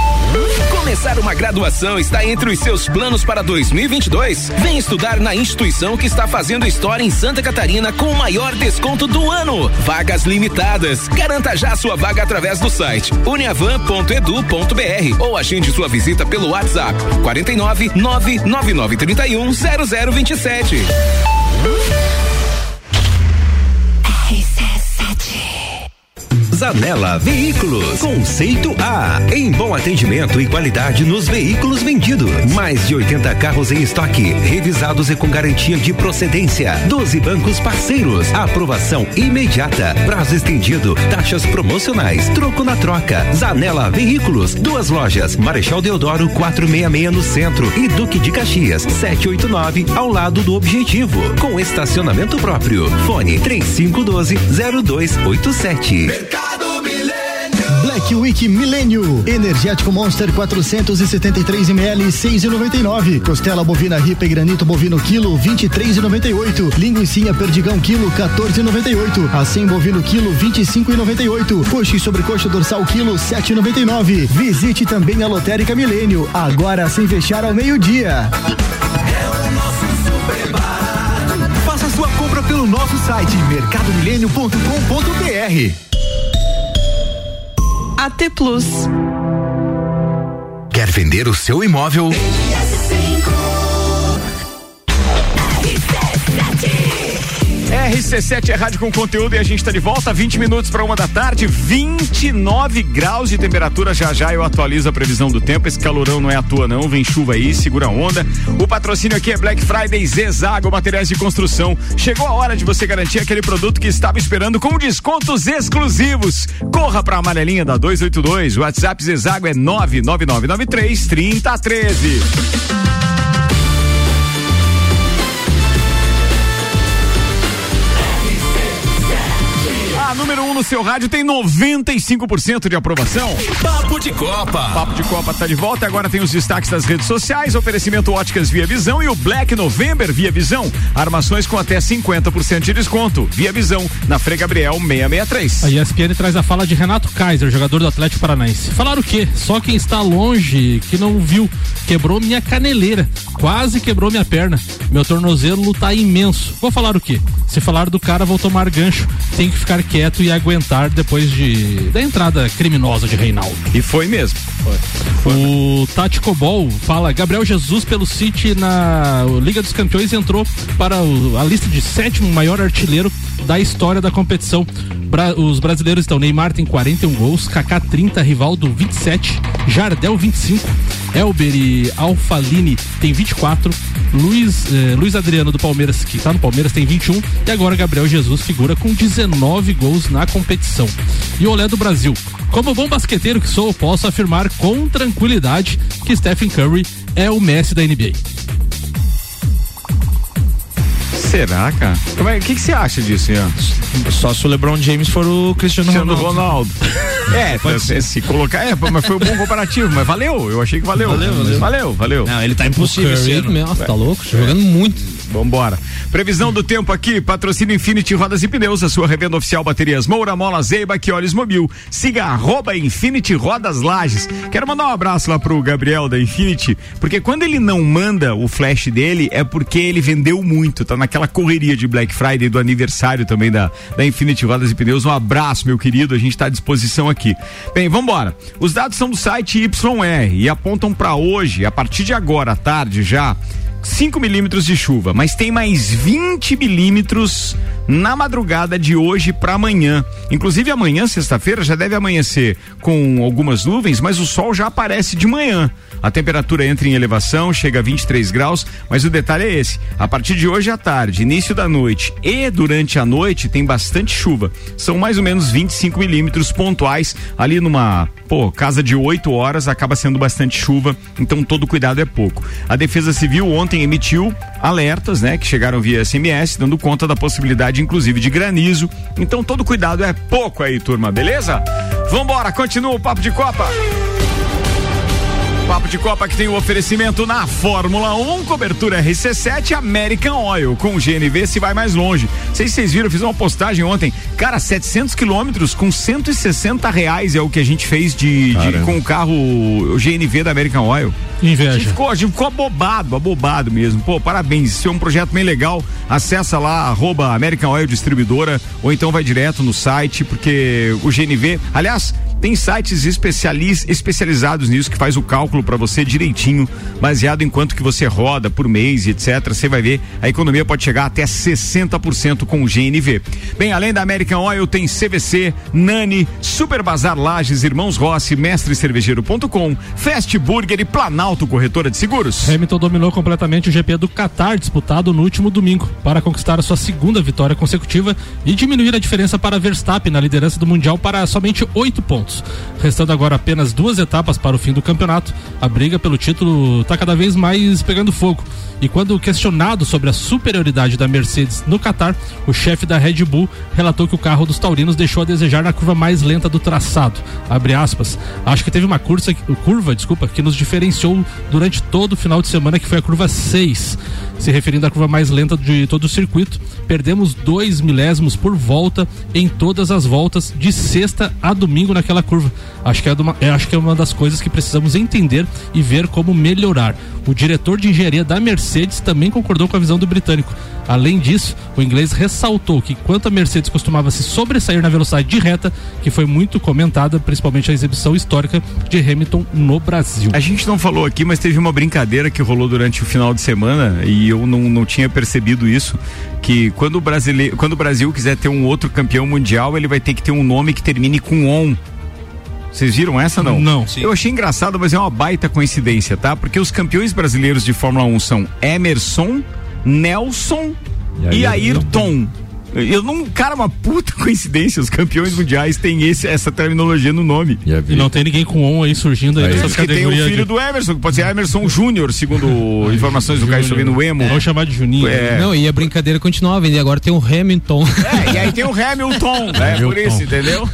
Começar uma graduação está entre os seus planos para dois mil e vinte e dois? Vem estudar na instituição que está fazendo história em Santa Catarina com o maior desconto do ano. Vagas limitadas. Garanta já sua vaga através do site uniavan ponto edu ponto br ou agende sua visita pelo WhatsApp quarenta e nove, nove nove nove trinta e um, zero zero vinte e sete. Zanela Veículos, conceito A, em bom atendimento e qualidade nos veículos vendidos. Mais de oitenta carros em estoque, revisados e com garantia de procedência. doze bancos parceiros, aprovação imediata, prazo estendido, taxas promocionais, troco na troca. Zanela Veículos, duas lojas, Marechal Deodoro quatrocentos e sessenta e seis no centro e Duque de Caxias setecentos e oitenta e nove ao lado do Objetivo, com estacionamento próprio. Fone três cinco um dois, zero dois oito sete. Black Week Milênio. Energético Monster quatrocentos e setenta e três mililitros, seis e noventa e nove. Costela bovina ripa e granito bovino quilo, vinte e três e noventa e oito. Linguicinha perdigão quilo, quatorze e noventa e oito. Acém bovino quilo, vinte e cinco e noventa e oito. Coxa e sobrecoxa dorsal quilo, sete e noventa e nove. Visite também a Lotérica Milênio, agora sem fechar ao meio-dia. É o nosso super barato. Faça sua compra pelo nosso site mercado milênio ponto com ponto br. A T Plus. Quer vender o seu imóvel? R C sete é rádio com conteúdo e a gente está de volta, vinte minutos para uma da tarde, vinte e nove graus de temperatura. Já já eu atualizo a previsão do tempo. Esse calorão não é à toa, não. Vem chuva aí, segura a onda. O patrocínio aqui é Black Friday Zezago Materiais de Construção. Chegou a hora de você garantir aquele produto que estava esperando com descontos exclusivos. Corra para a amarelinha da duzentos e oitenta e dois. O WhatsApp Zezago é nove nove nove nove três, trinta, treze. A número um no seu rádio tem noventa e cinco por cento de aprovação. Papo de Copa. Papo de Copa tá de volta. Agora tem os destaques das redes sociais. Oferecimento Óticas Via Visão e o Black November Via Visão. Armações com até cinquenta por cento de desconto. Via Visão, na Frei Gabriel seiscentos e sessenta e três. A E S P N traz a fala de Renato Kaiser, jogador do Atlético Paranaense. Falar o quê? Só quem está longe, que não viu. Quebrou minha caneleira. Quase quebrou minha perna. Meu tornozelo tá imenso. Vou falar o quê? Se falar do cara, vou tomar gancho. Tem que ficar quieto e aguentar depois de da entrada criminosa de Reinaldo. E foi mesmo. Foi. Foi. O Tático Ball fala: Gabriel Jesus pelo City na Liga dos Campeões entrou para o, a lista de sétimo maior artilheiro da história da competição. Bra, os brasileiros estão: Neymar tem quarenta e um gols, Kaká trinta, Rivaldo vinte e sete, Jardel vinte e cinco, Elber e Alfalini tem vinte e quatro, Luiz, eh, Luiz Adriano do Palmeiras, que está no Palmeiras, tem vinte e um, e agora Gabriel Jesus figura com dezenove gols na competição. E o Olé do Brasil: como bom basqueteiro que sou, posso afirmar com tranquilidade que Stephen Curry é o Messi da N B A. Será, cara? O que, que você acha disso, Ian? Só se o LeBron James for o Cristiano, Cristiano Ronaldo. Ronaldo. É, pode ser. Se colocar, é, mas foi um bom comparativo, mas valeu, eu achei que valeu. Valeu, valeu. Valeu, valeu. Não, ele tá impossível esse ano. Nossa, tá louco? Jogando muito. Vambora. Previsão do tempo aqui, patrocínio Infinity Rodas e Pneus, a sua revenda oficial baterias Moura, Mola, Zeiba, Quiores Mobil. Siga arroba Infinity Rodas Lages. Quero mandar um abraço lá pro Gabriel da Infinity, porque quando ele não manda o flash dele, é porque ele vendeu muito, tá naquela correria de Black Friday, do aniversário também da, da Infinity Rodas e Pneus. Um abraço, meu querido, a gente tá à disposição aqui. Bem, vambora. Os dados são do site Y R e apontam para hoje, a partir de agora à tarde já, cinco milímetros de chuva, mas tem mais vinte milímetros na madrugada de hoje para amanhã. Inclusive amanhã, sexta-feira, já deve amanhecer com algumas nuvens, mas o sol já aparece de manhã. A temperatura entra em elevação, chega a vinte e três graus, mas o detalhe é esse: a partir de hoje à tarde, início da noite e durante a noite tem bastante chuva. São mais ou menos vinte e cinco milímetros pontuais ali numa, pô, casa de oito horas, acaba sendo bastante chuva, então todo cuidado é pouco. A Defesa Civil ontem emitiu alertas, né, que chegaram via S M S, dando conta da possibilidade inclusive de granizo, então todo cuidado é pouco aí, turma, beleza? Vambora, continua o Papo de Copa. Papo de Copa que tem o oferecimento na Fórmula um, cobertura R C sete, American Oil, com G N V se vai mais longe. Não sei se vocês viram, eu fiz uma postagem ontem, cara, setecentos quilômetros com cento e sessenta reais é o que a gente fez de, de com o carro o G N V da American Oil. Inveja. A gente ficou, a gente ficou abobado, abobado mesmo. Pô, parabéns, isso é um projeto bem legal. Acessa lá, arroba American Oil Distribuidora, ou então vai direto no site, porque o G N V, aliás, tem sites especializ, especializados nisso que faz o cálculo para você direitinho, baseado em quanto que você roda por mês e etcétera. Você vai ver, a economia pode chegar até sessenta por cento com o G N V. Bem, além da American Oil, tem C V C, Nani, Super Bazar Lages, Irmãos Rossi, Mestre Cervejeiro ponto com, Fast Burger e Planalto Corretora de Seguros. Hamilton dominou completamente o G P do Qatar, disputado no último domingo, para conquistar a sua segunda vitória consecutiva e diminuir a diferença para Verstappen na liderança do Mundial para somente oito pontos. Restando agora apenas duas etapas para o fim do campeonato, a briga pelo título está cada vez mais pegando fogo. E quando questionado sobre a superioridade da Mercedes no Qatar, o chefe da Red Bull relatou que o carro dos taurinos deixou a desejar na curva mais lenta do traçado. Abre aspas. Acho que teve uma curva, curva, desculpa, que nos diferenciou durante todo o final de semana, que foi a curva seis. Se referindo à curva mais lenta de todo o circuito, perdemos dois milésimos por volta em todas as voltas de sexta a domingo naquela curva. Acho que é uma, é, acho que é uma das coisas que precisamos entender e ver como melhorar. O diretor de engenharia da Mercedes também concordou com a visão do britânico. Além disso, o inglês ressaltou que enquanto a Mercedes costumava se sobressair na velocidade de reta, que foi muito comentada, principalmente a exibição histórica de Hamilton no Brasil. A gente não falou aqui, mas teve uma brincadeira que rolou durante o final de semana e eu não, não tinha percebido isso, que quando o, brasileiro, quando o Brasil quiser ter um outro campeão mundial, ele vai ter que ter um nome que termine com on. Vocês viram essa, não? Não. Sim. Eu achei engraçado, mas é uma baita coincidência, tá? Porque os campeões brasileiros de Fórmula um são Emerson, Nelson e Ayrton. Eu não, cara, uma puta coincidência, os campeões mundiais têm esse, essa terminologia no nome. E não tem ninguém com on aí surgindo aí nessas categorias. Tem o filho de... do Emerson, que pode ser Emerson Júnior, segundo informações do Caio Sorino Emo. Vamos chamar de Juninho. É. Não, e a brincadeira continuava, e agora tem o Hamilton. É, e aí tem o Hamilton, é por isso, entendeu?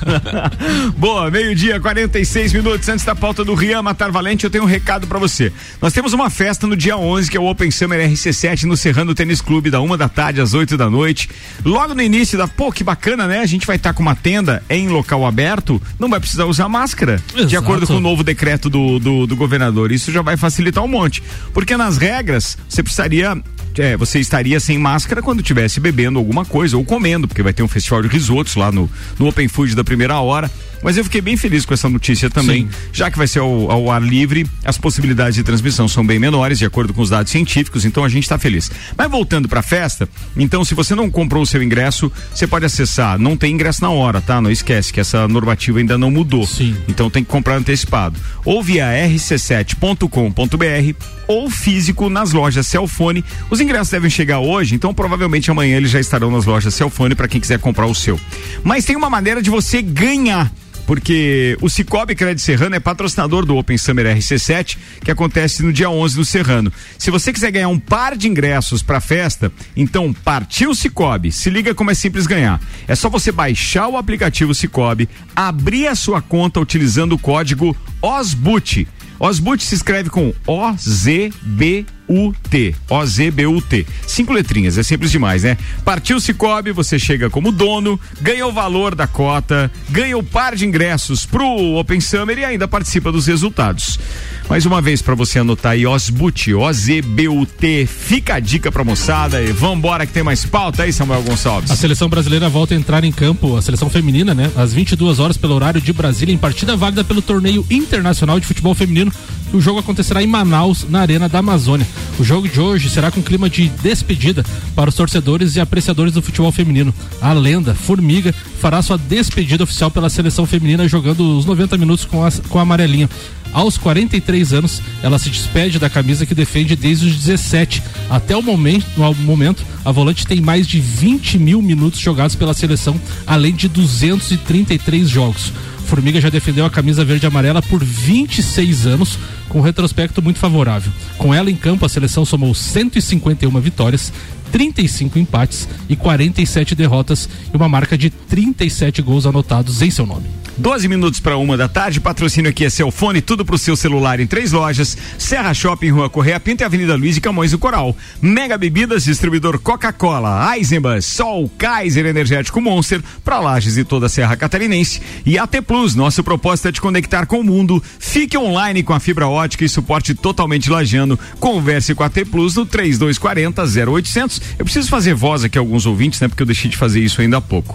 Boa, meio-dia, quarenta e seis minutos antes da pauta do Rian Matar Valente, eu tenho um recado pra você. Nós temos uma festa no dia onze, que é o Open Summer R C sete no Serrano Tênis Clube, da uma da tarde às oito da noite. Logo no início da, pô, que bacana, né? A gente vai estar tá com uma tenda em local aberto, não vai precisar usar máscara. Exato. De acordo com o novo decreto do, do, do governador. Isso já vai facilitar um monte. Porque nas regras, você precisaria, é, você estaria sem máscara quando estivesse bebendo alguma coisa ou comendo, porque vai ter um festival de risotos lá no, no Open Food da primeira hora. Mas eu fiquei bem feliz com essa notícia também, sim, já que vai ser ao, ao ar livre, as possibilidades de transmissão são bem menores, de acordo com os dados científicos, então a gente está feliz. Mas voltando para a festa, então se você não comprou o seu ingresso, você pode acessar, não tem ingresso na hora, tá? Não esquece que essa normativa ainda não mudou. Sim. Então tem que comprar antecipado. Ou via r c sete ponto com ponto b r ou físico nas lojas Celfone. Os ingressos devem chegar hoje, então provavelmente amanhã eles já estarão nas lojas Celfone para quem quiser comprar o seu. Mas tem uma maneira de você ganhar, porque o Cicobi Crédito Serrano é patrocinador do Open Summer R C sete, que acontece no dia onze no Serrano. Se você quiser ganhar um par de ingressos para a festa, então partiu Cicobi. Se liga como é simples ganhar. É só você baixar o aplicativo Cicobi, abrir a sua conta utilizando o código OSBUT. OSBUT se escreve com O Z B U T. O Z B U T. Cinco letrinhas, é simples demais, né? Partiu Cicobi, você chega como dono, ganha o valor da cota, ganha o par de ingressos pro Open Summer e ainda participa dos resultados. Mais uma vez para você anotar aí, OSBUT, O Z B U T. Fica a dica pra moçada e vambora que tem mais pauta aí, Samuel Gonçalves. A seleção brasileira volta a entrar em campo, a seleção feminina, né? Às vinte e duas horas pelo horário de Brasília, em partida válida pelo Torneio Internacional de Futebol Feminino. O jogo acontecerá em Manaus, na Arena da Amazônia. O jogo de hoje será com clima de despedida para os torcedores e apreciadores do futebol feminino. A lenda Formiga fará sua despedida oficial pela seleção feminina, jogando os noventa minutos com a, com a amarelinha. Aos quarenta e três anos, ela se despede da camisa que defende desde os dezessete. Até o momento, no momento, a volante tem mais de vinte mil minutos jogados pela seleção, além de duzentos e trinta e três jogos. Formiga já defendeu a camisa verde e amarela por vinte e seis anos, com um retrospecto muito favorável. Com ela em campo, a seleção somou cento e cinquenta e uma vitórias, trinta e cinco empates e quarenta e sete derrotas, e uma marca de trinta e sete gols anotados em seu nome. doze minutos para uma da tarde, patrocínio aqui é Celfone, tudo pro seu celular em três lojas: Serra Shopping, Rua Correia Pinto e Avenida Luiz de Camões do Coral. Mega Bebidas, distribuidor Coca-Cola, Eisenbahn, Sol, Kaiser, Energético Monster, para Lages e toda a Serra Catarinense. E A T Plus, nosso propósito é te conectar com o mundo. Fique online com a fibra ótica e suporte totalmente lagiano. Converse com a T Plus no três dois quatro zero zero oitocentos. Eu preciso fazer voz aqui a alguns ouvintes, né? Porque eu deixei de fazer isso ainda há pouco.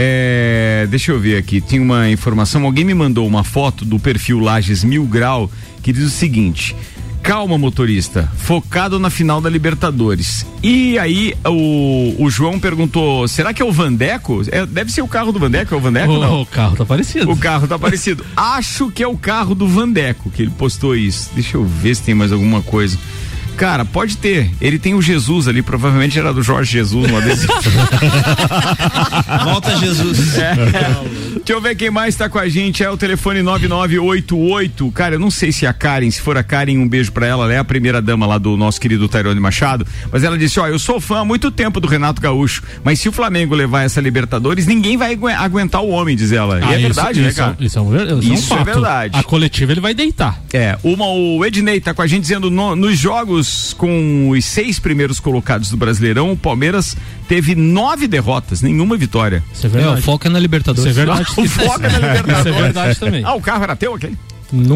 É, deixa eu ver aqui, tem uma informação, alguém me mandou uma foto do perfil Lages Mil Grau, que diz o seguinte: calma, motorista, focado na final da Libertadores. E aí o, o João perguntou, será que é o Vandeco? É, deve ser o carro do Vandeco, é o Vandeco? O, não? o carro tá parecido. O carro tá parecido. Acho que é o carro do Vandeco que ele postou isso. Deixa eu ver se tem mais alguma coisa. Cara, pode ter. Ele tem o Jesus ali, provavelmente era do Jorge Jesus, no adesivo. Volta Jesus. É. Deixa eu ver quem mais tá com a gente. É o telefone nove nove oito oito. Cara, eu não sei se é a Karen, se for a Karen, um beijo pra ela. Ela é a primeira dama lá do nosso querido Tairone Machado. Mas ela disse: ó, eu sou fã há muito tempo do Renato Gaúcho, mas se o Flamengo levar essa Libertadores, ninguém vai aguentar o homem, diz ela. Ah, e é isso, verdade, isso, né, cara? Isso, é, um, isso, isso é, um é fato. verdade. A coletiva ele vai deitar. É, uma, o Ednei tá com a gente dizendo: no, nos jogos com os seis primeiros colocados do Brasileirão, o Palmeiras teve nove derrotas, nenhuma vitória. Isso é verdade. É, o foco é na Libertadores. Isso é verdade. O foco é na Libertadores. Isso é verdade também. Ah, o carro era teu aquele? Não.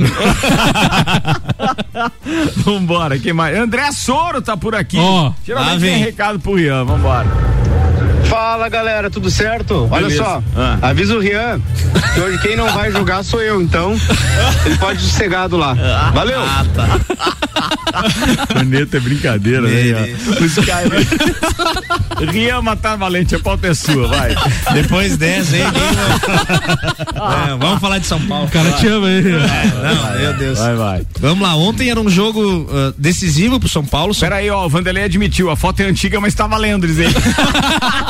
Vambora, quem mais? André Soro tá por aqui. Ó, geralmente tem recado pro Rian, vambora. Fala, galera, tudo certo? Olha Beleza. só, ah. avisa o Rian que hoje quem não vai jogar sou eu, então ele pode ir sossegado lá. Valeu! Ah, tá. Caneta é brincadeira, né? Os caras. Rian Matar Valente, a pauta é sua, vai. Depois dessa, hein? É, vamos falar de São Paulo. O cara vai. te ama aí. É, não, meu Deus. Vai, vai. Vamos lá, ontem era um jogo uh, decisivo pro São Paulo. Pera aí, ó, o Vanderlei admitiu, a foto é antiga, mas tá valendo, diz ele.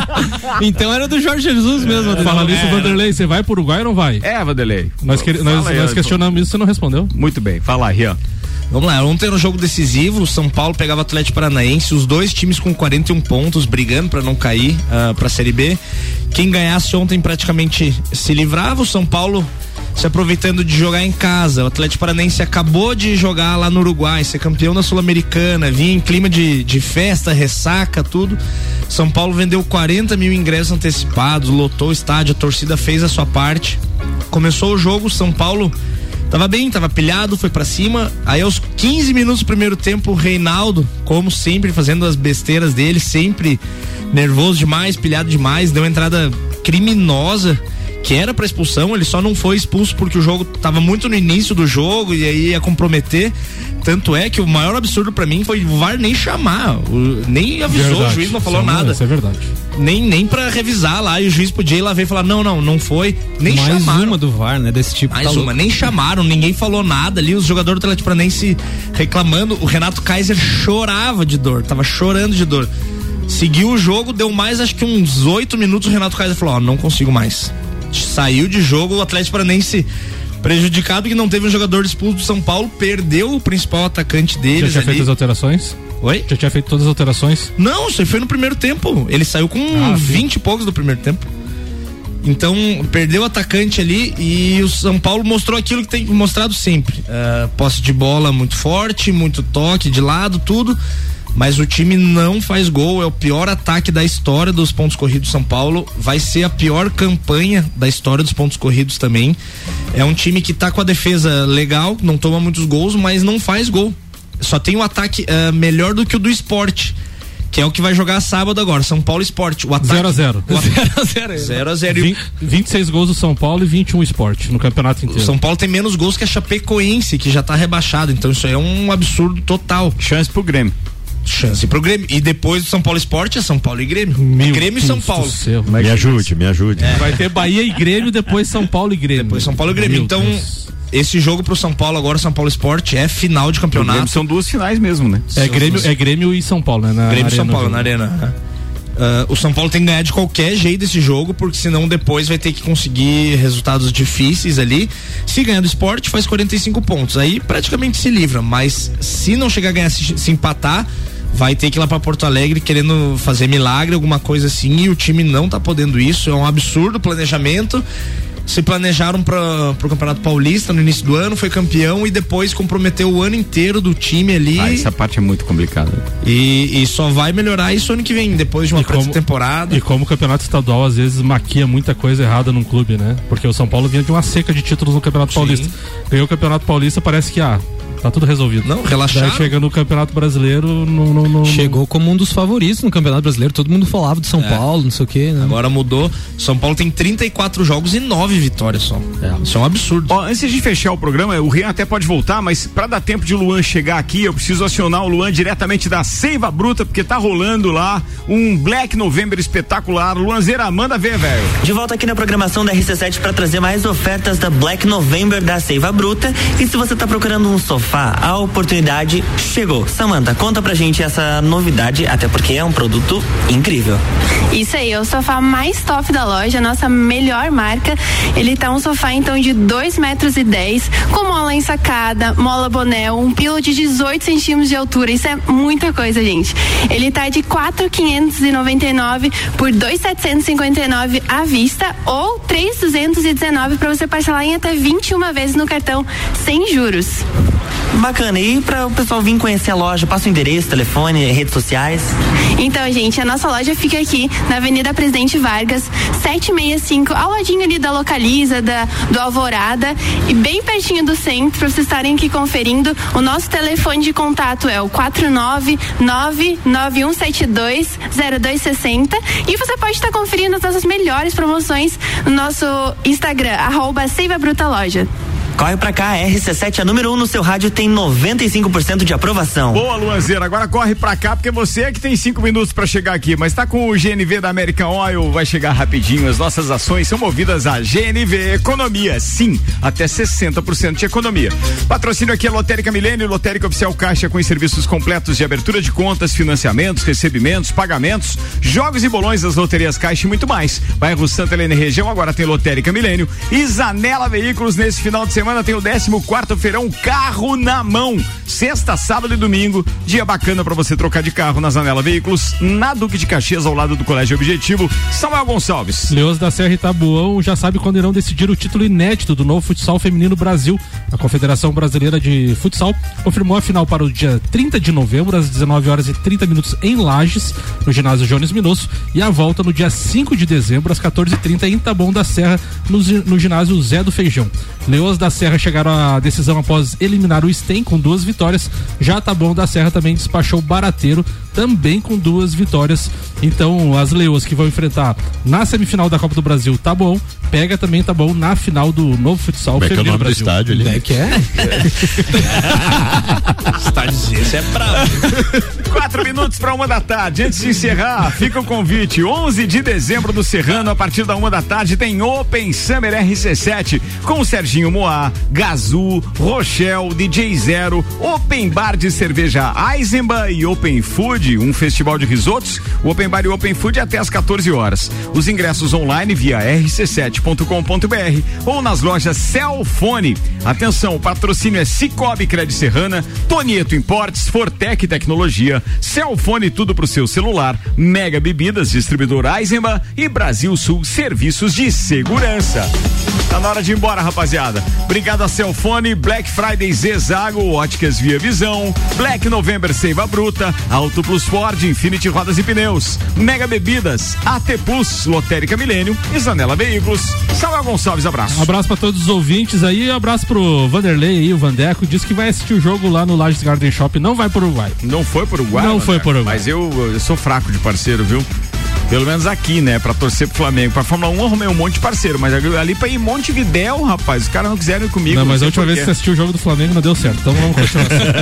Então era do Jorge Jesus mesmo. É, fala nisso, é, Vanderlei, você vai pro Uruguai ou não vai? É, Vanderlei. Nós, que, nós, aí, nós questionamos isso, você não respondeu? Muito bem, fala aí, ó. Vamos lá, ontem no jogo decisivo, o São Paulo pegava o Atlético Paranaense, os dois times com quarenta e um pontos, brigando para não cair uh, pra Série B. Quem ganhasse ontem praticamente se livrava, o São Paulo se aproveitando de jogar em casa. O Atlético Paranaense acabou de jogar lá no Uruguai, ser campeão da Sul-Americana, vinha em clima de, de festa, ressaca, tudo. São Paulo vendeu quarenta mil ingressos antecipados, lotou o estádio, a torcida fez a sua parte. Começou o jogo, São Paulo tava bem, tava pilhado, foi pra cima. Aí aos quinze minutos do primeiro tempo, o Reinaldo, como sempre, fazendo as besteiras dele, sempre nervoso demais, pilhado demais, deu uma entrada criminosa, que era pra expulsão. Ele só não foi expulso porque o jogo tava muito no início do jogo e aí ia comprometer. Tanto é que o maior absurdo pra mim foi o V A R nem chamar, o, nem avisou, verdade. O juiz não falou Sim, nada. Isso é verdade. Nem, nem pra revisar lá, e o juiz podia ir lá ver e falar, não, não, não foi, nem Mais chamaram. uma do V A R, né, desse tipo. Mais tá uma, louco. nem chamaram, ninguém falou nada ali, os jogadores do Atlético Paranaense reclamando, o Renato Kaiser chorava de dor, tava chorando de dor. Seguiu o jogo, deu mais acho que uns oito minutos, o Renato Kaiser falou, ó, não consigo mais. Saiu de jogo, o Atlético Paranaense prejudicado que não teve um jogador expulso do São Paulo, perdeu o principal atacante deles. Já tinha ali. feito as alterações? Oi? Já tinha feito todas as alterações? Não, isso aí foi no primeiro tempo. Ele saiu com ah, vinte e poucos do primeiro tempo. Então, perdeu o atacante ali e o São Paulo mostrou aquilo que tem mostrado sempre. Uh, posse de bola muito forte, muito toque de lado, tudo. Mas o time não faz gol, é o pior ataque da história dos pontos corridos São Paulo, vai ser a pior campanha da história dos pontos corridos também. É um time que tá com a defesa legal, não toma muitos gols, mas não faz gol. Só tem um ataque uh, melhor do que o do Sport, que é o que vai jogar sábado agora, São Paulo Sport. O ataque zero a zero. zero a zero. vinte e seis gols do São Paulo e vinte e um Sport no campeonato inteiro. O São Paulo tem menos gols que a Chapecoense, que já tá rebaixado, então isso aí é um absurdo total. Chance pro Grêmio. Chance pro Grêmio. E depois do São Paulo Sport é São Paulo e Grêmio. Meu Grêmio e São Paulo. Céu, me ajude, me ajude. É. Vai ter Bahia e Grêmio, depois São Paulo e Grêmio. Depois São Paulo e Grêmio. Meu então, Deus. Esse jogo pro São Paulo agora, São Paulo Sport, é final de campeonato. São duas finais mesmo, né? É Grêmio, é Grêmio e São Paulo, né? Na Grêmio e São arena, Paulo, na arena. Uh, o São Paulo tem que ganhar de qualquer jeito esse jogo, porque senão depois vai ter que conseguir resultados difíceis ali. Se ganhar do Sport, faz quarenta e cinco pontos. Aí praticamente se livra, mas se não chegar a ganhar, se, se empatar, vai ter que ir lá pra Porto Alegre querendo fazer milagre, alguma coisa assim, e o time não tá podendo isso, é um absurdo o planejamento. Se planejaram para pro Campeonato Paulista no início do ano, foi campeão e depois comprometeu o ano inteiro do time ali. Ah, essa parte é muito complicada. E, e só vai melhorar isso ano que vem, depois de uma pré-temporada. E como o Campeonato Estadual às vezes maquia muita coisa errada num clube, né? Porque o São Paulo vinha de uma seca de títulos no Campeonato Sim. Paulista. Ganhou o Campeonato Paulista, parece que ah, tá tudo resolvido. Não, relaxado. Chega no Campeonato Brasileiro, não, não, não, chegou como um dos favoritos no Campeonato Brasileiro. Todo mundo falava de São é. Paulo, não sei o que, né? Agora mudou. São Paulo tem trinta e quatro jogos e nove vitórias só. É. Isso é um absurdo. Ó, antes de a gente fechar o programa, o Rian até pode voltar, mas pra dar tempo de o Luan chegar aqui, eu preciso acionar o Luan diretamente da Seiva Bruta, porque tá rolando lá um Black November espetacular. Luanzeira, manda ver, velho. De volta aqui na programação da R C sete pra trazer mais ofertas da Black November da Seiva Bruta. E se você tá procurando um sofá, a oportunidade chegou. Samanta, conta pra gente essa novidade, até porque é um produto incrível. Isso aí, é o sofá mais top da loja, nossa melhor marca. Ele tá um sofá então de dois metros e dez, com mola ensacada, mola bonel, um pilo de dezoito centímetros de altura. Isso é muita coisa, gente. Ele tá de quatro mil quinhentos e noventa e nove por dois mil setecentos e cinquenta e nove à vista ou três mil duzentos e dezenove para você parcelar em até vinte e uma vezes no cartão sem juros. Bacana, e para o pessoal vir conhecer a loja, passa o endereço, telefone, redes sociais? Então, gente, a nossa loja fica aqui na Avenida Presidente Vargas, setecentos e sessenta e cinco, ao ladinho ali da Localiza, da, do Alvorada, e bem pertinho do centro, para vocês estarem aqui conferindo. O nosso telefone de contato é o quatro nove nove nove um sete dois zero dois seis zero, e você pode estar conferindo as nossas melhores promoções no nosso Instagram, arroba Seiva Bruta Loja. Corre pra cá, a R C sete, a número um no seu rádio, tem noventa e cinco por cento de aprovação. Boa, Luanzeira, agora corre pra cá porque você é que tem cinco minutos pra chegar aqui, mas tá com o G N V da American Oil, vai chegar rapidinho. As nossas ações são movidas a G N V Economia, sim, até sessenta por cento de economia. Patrocínio aqui é Lotérica Milênio, Lotérica Oficial Caixa, com serviços completos de abertura de contas, financiamentos, recebimentos, pagamentos, jogos e bolões das loterias Caixa e muito mais. Bairro Santa Helena e região agora tem Lotérica Milênio e Zanela Veículos. Nesse final de semana tem o décimo quarto feirão Carro na Mão. Sexta, sábado e domingo, dia bacana pra você trocar de carro na Zanela Veículos, na Duque de Caxias, ao lado do Colégio Objetivo. Samuel Gonçalves. Leões da Serra e Tabuão já sabe quando irão decidir o título inédito do novo futsal feminino Brasil. A Confederação Brasileira de Futsal confirmou a final para o dia trinta de novembro, às dezenove horas e trinta minutos em Lages, no ginásio Jones Minosso, e a volta no dia cinco de dezembro, às quatorze e trinta em Taboão da Serra, no, no ginásio Zé do Feijão. Leões da Serra chegaram à decisão após eliminar o Stem com duas vitórias. Já Taboão da Serra também despachou o Barateiro, também com duas vitórias. Então, as Leões que vão enfrentar na semifinal da Copa do Brasil Taboão, pega também Taboão na final do novo futsal feminino é que é o nome Brasil. do estádio ali? Como é que é? Estádio, esse é bravo. Quatro minutos para uma da tarde. Antes de encerrar, fica o convite. onze de dezembro do Serrano, a partir da uma da tarde, tem Open Summer R C sete com Serginho Moá, Gazu, Rochelle, D J Zero, Open Bar de cerveja Eisenbahn e Open Food, um festival de risotos. O Open Bar e Open Food até às quatorze horas. Os ingressos online via r c sete ponto com ponto b r ou nas lojas Cellfone. Atenção, o patrocínio é Cicobi Cred Serrana, Tonieto Importes, Fortec Tecnologia, Cellfone, tudo pro seu celular, Mega Bebidas, distribuidor Eisenbahn e Brasil Sul Serviços de Segurança. Tá na hora de ir embora, rapaziada. Obrigado a Cellfone, Black Friday Zezago, Óticas Via Visão, Black November Seiva Bruta, Auto Plus Ford, Infinity Rodas e Pneus, Mega Bebidas, A T Plus, Lotérica Milênio e Zanela Veículos. Samuel Gonçalves, abraço. Um abraço pra todos os ouvintes aí, um abraço pro Vanderlei aí, o Vandeco, disse que vai assistir o jogo lá no Lages Garden Shop, não vai pro Uruguai. Não foi pro Uruguai? Não foi pro Uruguai. Mas eu, eu sou fraco de parceiro, viu? Pelo menos aqui, né? Pra torcer pro Flamengo. Pra Fórmula um eu arrumei um monte de parceiro, mas ali pra ir Montevidéu, rapaz, os caras não quiseram ir comigo. Não, mas não a última vez que você assistiu o jogo do Flamengo não deu certo, então vamos continuar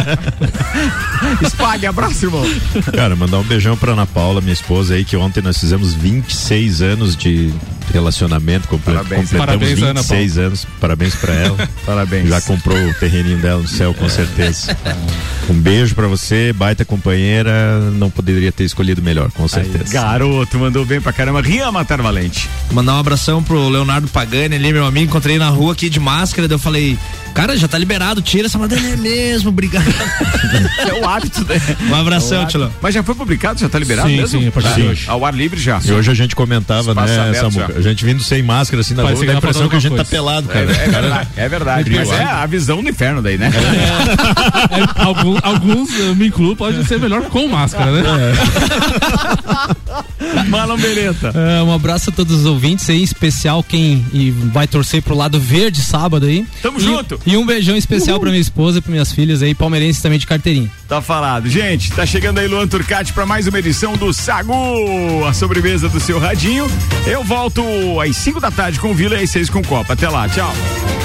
assim. Spague, abraço, irmão. Cara, mandar um beijão pra Ana Paula, minha esposa aí, que ontem nós fizemos vinte e seis anos de relacionamento, comple Parabéns. completamos Parabéns, vinte e seis anos, parabéns pra ela. Parabéns. Já comprou o terreninho dela no céu, com é. certeza. Um beijo pra você, baita companheira, não poderia ter escolhido melhor, com certeza. Aí, garoto, mandou bem pra caramba. Rian Matar Valente. Mandar um abração pro Leonardo Pagani ali, meu amigo, encontrei na rua aqui de máscara, daí eu falei, cara, já tá liberado, tira essa madeira. É mesmo, obrigado. É o hábito, né? Um abração, é Tilo. Mas já foi publicado, já tá liberado Sim, mesmo? sim, a partir de hoje. Ao ar livre já. E hoje a gente comentava, Espaço né, aberto Samu, já. a gente vindo sem máscara assim na Parece rua, que dá a tá impressão que a gente faltando tá alguma pelado, É, cara. é verdade, é verdade. Mas é a visão do inferno daí, né? É, alguns, alguns, eu me incluo, pode ser melhor com máscara, né? Marlon Beretta. É, um abraço a todos os ouvintes aí, em especial quem e vai torcer pro lado verde sábado aí. Tamo e, junto. E um beijão especial pra minha esposa e pra minhas filhas aí, palmeirenses também de carteirinha. Tá falado. Gente, tá chegando aí Luan Turcati pra mais uma edição do Sagu, a sobremesa do seu radinho. Eu volto às cinco da tarde com o Vila e às seis com Copa. Até lá, tchau.